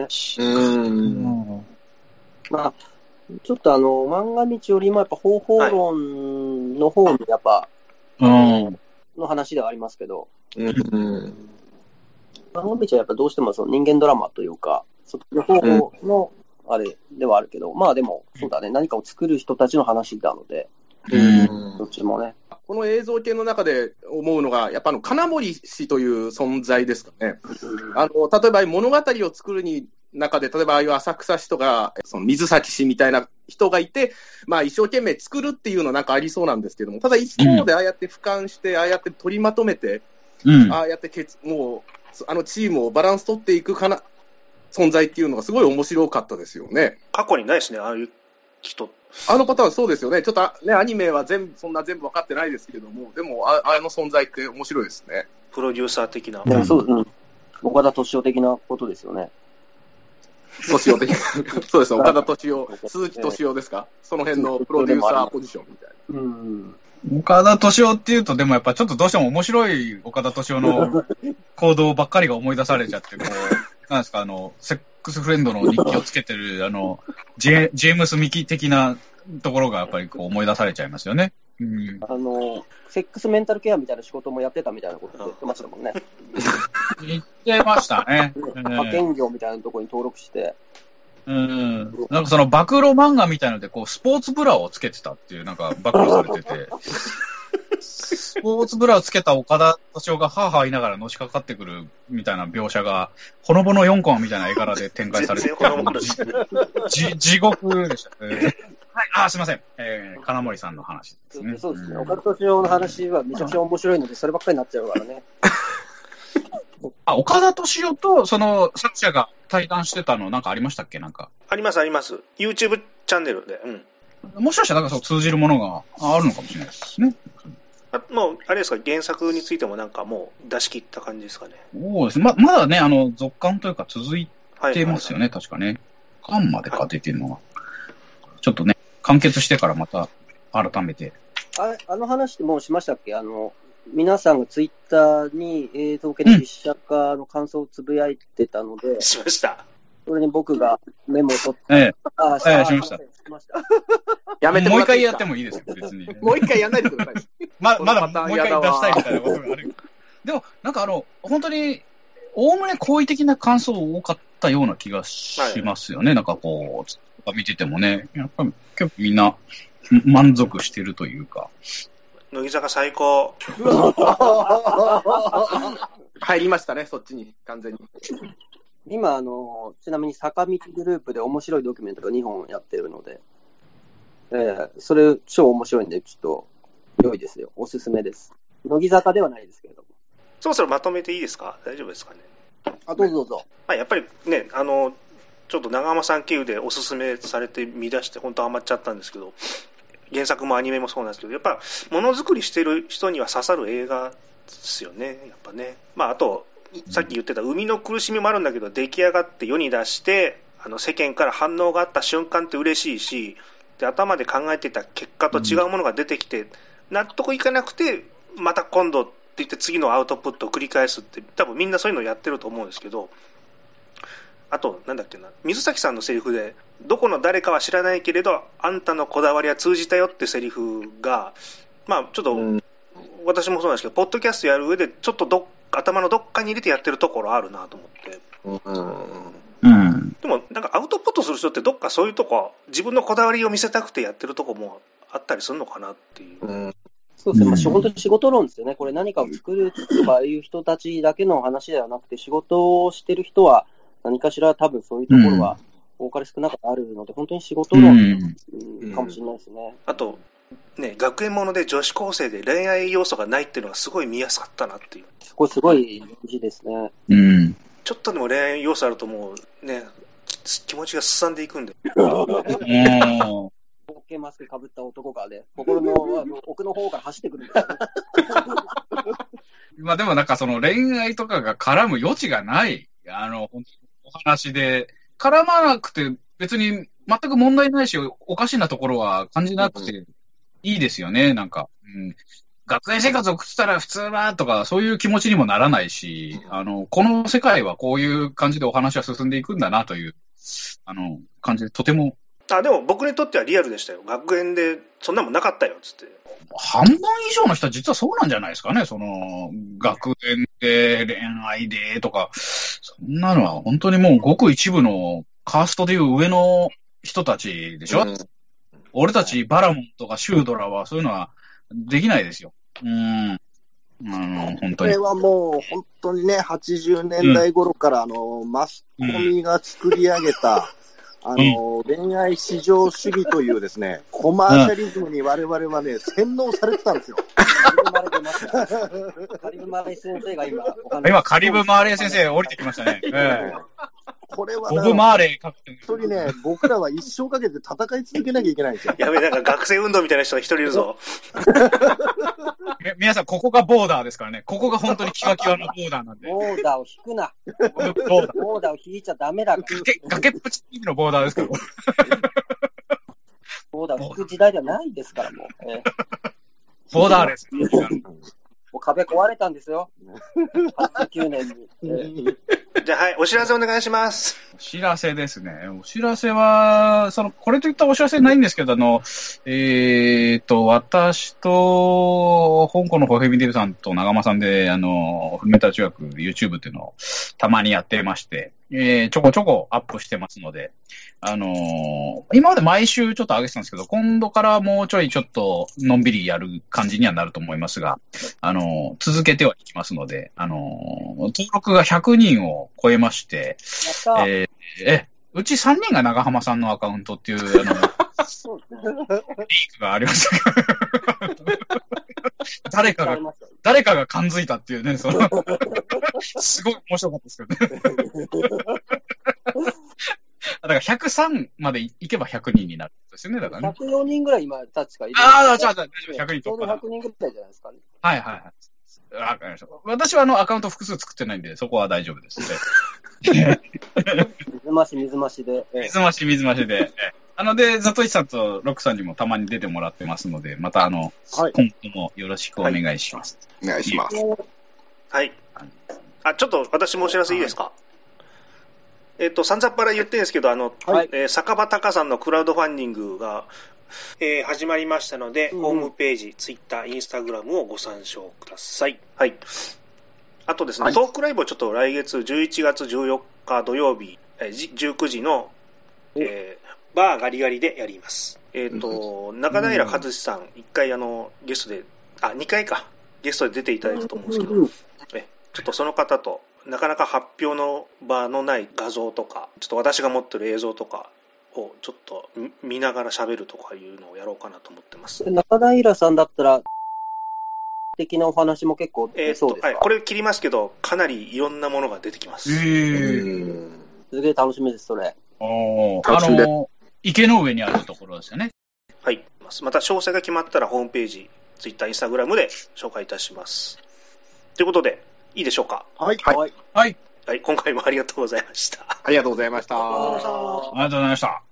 まあ、ちょっと漫画道よりもやっぱ方法論の方にやっぱ、の話ではありますけど、漫画道はやっぱどうしてもその人間ドラマというか、そっちの方のあれではあるけど、まあでも、そうだね、何かを作る人たちの話なので、どっちもね。 この映像系の中で思うのが、やっぱ金森氏という存在ですかね。例えば物語を作る中で、例えばああいう浅草氏とか、その水崎氏みたいな人がいて、まあ一生懸命作るっていうのなんかありそうなんですけども、ただ一方でああやって俯瞰して、ああやって取りまとめて、ああやってもう、チームをバランス取っていく存在っていうのがすごい面白かったですよね。 過去にないですね、ああいう人。 あのパターンそうですよね。ちょっとね、アニメはそんな全部分かってないですけども、でも、あの存在って面白いですね。 プロデューサー的な。 岡田敏夫的なことですよね。 敏夫的な。そうですね、岡田敏夫、鈴木敏夫ですか。その辺のプロデューサーポジションみたいな。 岡田敏夫っていうと、でもやっぱちょっとどうしても面白い岡田敏夫の行動ばっかりが思い出されちゃって、こう、なんですか、セックスフレンドの日記をつけてる、ジェームス・ミキ的なところがやっぱりこう思い出されちゃいますよね。 セックスメンタルケアみたいな仕事もやってたみたいなこと言ってましたもんね。 言ってましたね。 派遣業みたいなところに登録して。 なんかその暴露漫画みたいなので、こう、スポーツブラをつけてたっていう、なんか暴露されてて。スポーツブラをつけた岡田敏夫がハーハー言いながらのしかかってくるみたいな描写が、ほのぼの4コマみたいな絵柄で展開されてて、地獄でしたね。はい、すいません。金森さんの話ですね。 そうですね。岡田敏夫の話はめちゃくちゃ面白いので、そればっかりになっちゃうからね。 岡田敏夫とその作者が対談してたのなんかありましたっけ？なんか。 あります、あります。YouTube チャンネルで。 もしかしたらなんかそう通じるものがあるのかもしれないですね。 もう、あれですか、原作についてもなんかもう出し切った感じですかね。 そうですね。まだね、続刊というか続いてますよね、確かね。巻までか出てるのは。ちょっとね、完結してからまた改めて。 あの話ってもうしましたっけ？皆さんがツイッターに映像系の実写化の感想をつぶやいてたので、 しました。 それに僕がメモを取って、 しました。 やめてもう一回やってもいいですよ、別に。 もう一回やんないでください。 まだもう一回出したいみたいなことがある。でも、なんか本当に、 おおむね好意的な感想多かったような気がしますよね。なんかこう、見ててもね、やっぱり結構みんな満足してるというか。 乃木坂最高。 入りましたね、そっちに、完全に。 今、ちなみに坂道グループで面白いドキュメントが2本やってるので、それ超面白いんで、ちょっと良いですよ。おすすめです。乃木坂ではないですけれども。 そろそろまとめていいですか？大丈夫ですかね？ どうぞどうぞ。 まあ、やっぱりね、ちょっと長浜さん経由でおすすめされて見出して本当ハマっちゃったんですけど、原作もアニメもそうなんですけど、やっぱものづくりしてる人には刺さる映画ですよね、やっぱね。まあ、あとさっき言ってた生みの苦しみもあるんだけど、出来上がって世に出して世間から反応があった瞬間って嬉しいし、で頭で考えていた結果と違うものが出てきて、納得いかなくてまた今度って言って次のアウトプットを繰り返すって、多分みんなそういうのをやってると思うんですけど、あとなんだっけな、水崎さんのセリフで、どこの誰かは知らないけれどあんたのこだわりは通じたよってセリフが、まあちょっと、私もそうなんですけど、ポッドキャストやる上でちょっと頭のどっかに入れてやってるところあるなと思って、でもなんかアウトプットする人ってどっかそういうとこ、自分のこだわりを見せたくてやってるとこもあったりするのかなっていう。 そうですね、まあ、本当に仕事論ですよね。これ何かを作るとかいう人たちだけの話ではなくて、仕事をしてる人は何かしら多分そういうところは多かれ少なかったあるので、本当に仕事論、かもしれないですね。 あとね、学園もので女子高生で恋愛要素がないっていうのがすごい見やすかったなっていう。 これすごい字ですね。 ちょっとでも恋愛要素あるともうね、気持ちがすさんでいくんで。 ボケマスクかぶった男がね、心の奥の方から走ってくるんですよね。 まあでもなんかその恋愛とかが絡む余地がない、本当にお話で、絡まなくて別に全く問題ないし、おかしなところは感じなくていいですよね、なんか。学園生活を送ってたら普通はとか、そういう気持ちにもならないし、この世界はこういう感じでお話は進んでいくんだなという、感じでとても。 でも僕にとってはリアルでしたよ。学園でそんなもんなかったよっつって。 半分以上の人は実はそうなんじゃないですかね。その学園で恋愛でとか、そんなのは本当にもうごく一部のカーストでいう上の人たちでしょ。俺たちバラモンとかシュードラはそういうのはできないですよ。本当に。 これはもう本当にね、80年代頃からマスコミが作り上げた、恋愛至上主義というですね、コマーシャリズムに我々はね、洗脳されてたんですよ。 カリブ・マーレー先生が今カリブ・マーレー先生降りてきましたね。 これはボブ・マーレー本当にね、僕らは一生かけて戦い続けなきゃいけないんですよ。 やべえ、なんか学生運動みたいな人が一人いるぞ。 皆さん、ここがボーダーですからね。ここが本当にキワキワのボーダーなんで。 ボーダーを引くな。ボーダーを引いちゃダメだ。 崖っぷちのボーダーですから。 ボーダーを引く時代ではないですから、もう。 ボーダーです。 もう壁壊れたんですよ。89年に。 じゃあ、はい、お知らせお願いします。 お知らせですね。お知らせは、これといったお知らせないんですけど、私と、香港のホヘミデルさんと長間さんで、フルメタル中学 YouTube っていうのをたまにやってまして、ちょこちょこアップしてますので、今まで毎週ちょっと上げてたんですけど、今度からもうちょいちょっとのんびりやる感じにはなると思いますが、続けてはいきますので、登録が100人を超えまして、うち3人が長浜さんのアカウントっていう、リークがありました誰かが感づいたっていうね、すごい面白かったですけどね。だから103までいけば100人になるんですよね、だからね。 104人ぐらい今、確かいる。 じゃあ、大丈夫、100人ちょうど100人ぐらいじゃないですかね。 はい。わかりました。私はアカウント複数作ってないんで、そこは大丈夫です。 水増しで。 水増しで。で、ザトイさんとロックさんにもたまに出てもらってますので、また今後もよろしくお願いします。 お願いします。 はい。ちょっと私もお知らせいいですか？さんざっぱら言ってるんですけど、坂場隆さんのクラウドファンディングが、始まりましたので、ホームページ、ツイッター、インスタグラムをご参照ください。はい。 あとですね、トークライブをちょっと来月11月14日土曜日、19時の、バーガリガリでやります。中平和志さん、1回ゲストで、2回か、ゲストで出ていただいたと思うんですけど、ちょっとその方と、なかなか発表の場のない画像とか、ちょっと私が持ってる映像とかをちょっと見ながら喋るとかいうのをやろうかなと思ってます。 中平さんだったら、的なお話も結構出そうですか？ はい、これ切りますけど、かなりいろんなものが出てきます。 すげえ楽しみです、それ。 池の上にあるところですよね。 はい。また詳細が決まったらホームページ、ツイッター、インスタグラムで紹介いたします。ということで、いいでしょうか？ はい。 はい。はい。今回もありがとうございました。 ありがとうございました。 ありがとうございました。